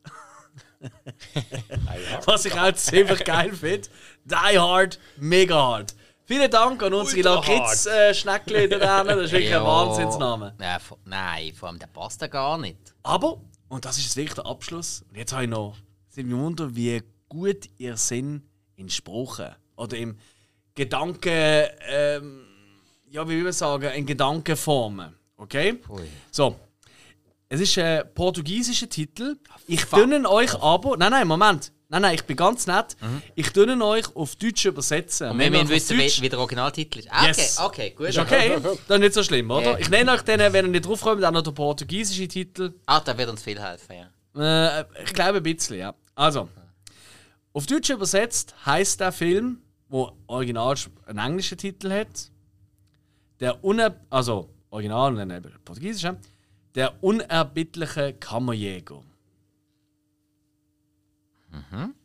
Was ich auch ziemlich geil finde. Die Hard, Mega Hard. Vielen Dank an unsere Ultra Lakritz-Schneckchen da drinnen. Das ist wirklich Ja. ein Wahnsinnsname. Nein, vor- nein, vor allem der passt ja gar nicht. Aber, und das ist jetzt wirklich der Abschluss, und jetzt habe ich noch, sind wir wundern, wie gut ihr Sinn in Sprachen oder im Gedanken, ähm, ja, wie will man sagen, in Gedankenformen. Okay? Ui. So. Es ist ein portugiesischer Titel. Ich dünne euch aber. Nein, nein, Moment. Nein, nein, ich bin ganz nett. Mhm. Ich tue euch auf Deutsch übersetzen. Und wir müssen wissen, Deutsch... wie der Originaltitel ist. Ah, yes. Okay, okay, gut. Ist okay? Das ist nicht so schlimm, oder? Yeah. Ich nenne euch den, wenn ihr nicht draufkommt, auch noch den portugiesischen Titel. Ah, der wird uns viel helfen, ja. Äh, ich glaube ein bisschen, ja. Also, auf Deutsch übersetzt heisst der Film, der original einen englischen Titel hat, der Uner... Also, original und dann portugiesisch, der unerbittliche Kammerjäger. Mhm.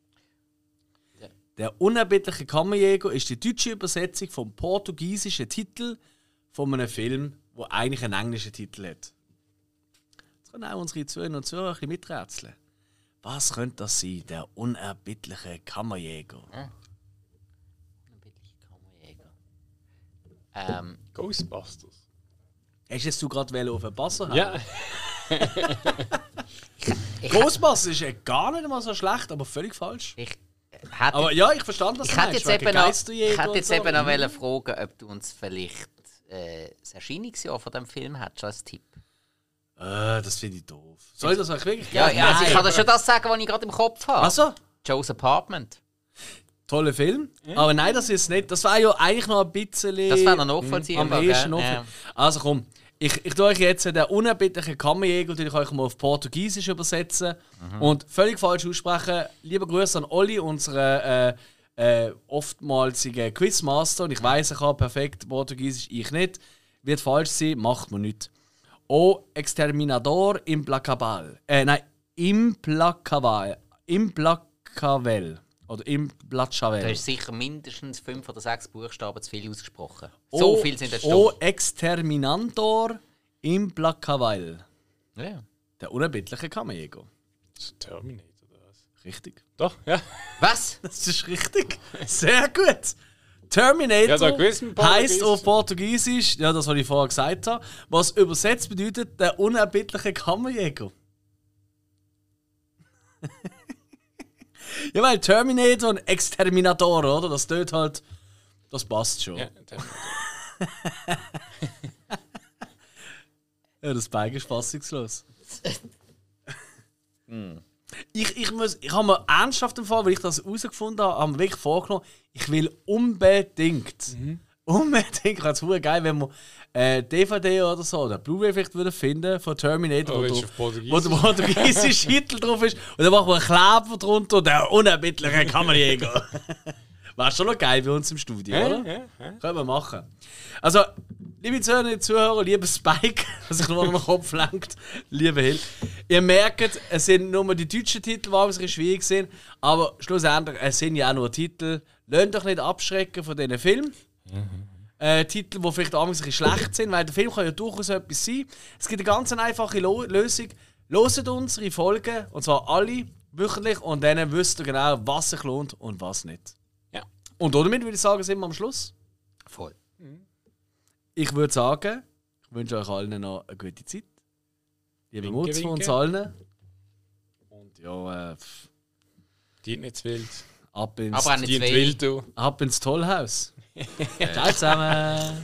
Der unerbittliche Kammerjäger ist die deutsche Übersetzung vom portugiesischen Titel von einem Film, der eigentlich einen englischen Titel hat. Jetzt können auch unsere Zuhörer und Zuhörer ein bisschen miträtseln. Was könnte das sein, der unerbittliche Kammerjäger? Ja. Unerbittliche Kammerjäger. Ähm, Ghostbusters. Hast du gerade auf den Basser haben? Ja. Ghostbusters ist ja gar nicht mal so schlecht, aber völlig falsch. Ich hätte, aber ja, ich verstand das. Ich hätte jetzt eben noch, ich hätte jetzt so. eben noch wollen fragen, ob du uns vielleicht äh, das Erscheinungsjahr von diesem Film hättest als Tipp. Äh, das finde ich doof. Soll ich das euch wirklich ja, ja, also ich kann dir schon das sagen, was ich gerade im Kopf habe. Also? Joe's Apartment. Toller Film. Ja. Aber nein, das ist nicht. Das war ja eigentlich noch ein bisschen... Das wäre noch nachvollziehbar. Am ehesten ja. Also komm, ich, ich tue euch jetzt den unerbittlichen Kammerjäger, den ich euch mal auf Portugiesisch übersetzen mhm. und völlig falsch aussprechen. Liebe Grüße an Olli, unseren äh, äh, oftmalsigen Quizmaster. Und ich weiss, ich habe perfekt Portugiesisch, ich nicht. Wird falsch sein, macht man nicht. O Exterminador Implacable. Äh, nein, Implacable. Implacavel. Oder Implacavel. Da ist sicher mindestens fünf oder sechs Buchstaben zu viel ausgesprochen. So o, viel sind das schon. O Exterminandor Implacavel. Ja. Der unerbittliche Kammerjäger. Das ist Terminator oder was? Richtig. Doch, ja. Was? Das ist richtig. Sehr gut. Terminator ja, heisst auf Portugiesisch, ja, das, was ich vorher gesagt habe, was übersetzt bedeutet, der unerbittliche Kammerjäger. Ja, weil Terminator und Exterminator, oder? Das tut halt. Das passt schon. Ja, ja das Bein ist fassungslos. hm. Ich, ich, muss, ich habe mir ernsthaft im Fall, weil ich das herausgefunden habe, haben wir wirklich vorgenommen, ich will unbedingt, mhm. unbedingt, ich finde es super geil, wenn wir äh, D V D oder so, oder Blu-ray vielleicht wieder finden von Terminator, oh, wo, wo der portugiesische Titel drauf ist, und dann machen wir einen Kleber drunter, der unerbittliche Kammerjäger. War schon noch geil bei uns im Studio, ja, oder? Ja, ja. Können wir machen. Also, liebe Zuhörer, Zuhörer, lieber Spike, was sich nur noch den Kopf lenkt, lieber Hill, ihr merkt, es sind nur die deutschen Titel, die ein bisschen schwierig sind, aber schlussendlich, es sind ja auch nur Titel. Lasst euch nicht abschrecken von diesen Filmen. Mhm. Äh, Titel, die vielleicht auch ein bisschen schlecht sind, weil der Film kann ja durchaus etwas sein. Es gibt eine ganz einfache Lo- Lösung. Hört unsere Folgen, und zwar alle, wöchentlich, und dann wisst ihr genau, was sich lohnt und was nicht. Ja. Und damit würde ich sagen, sind wir am Schluss. Voll. Mhm. Ich würde sagen, ich wünsche euch allen noch eine gute Zeit. Liebe Mutz von uns allen. Und ja, äh, die nicht zu wild. Ab ins, Aber auch nicht zu wild, du. Ab ins Tollhaus. Ciao zusammen.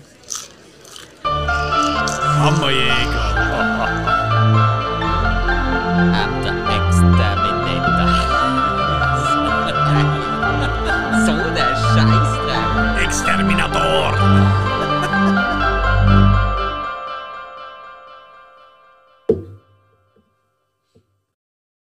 Kammerjäger. And the Exterminator. So der Scheißdreck. Exterminator.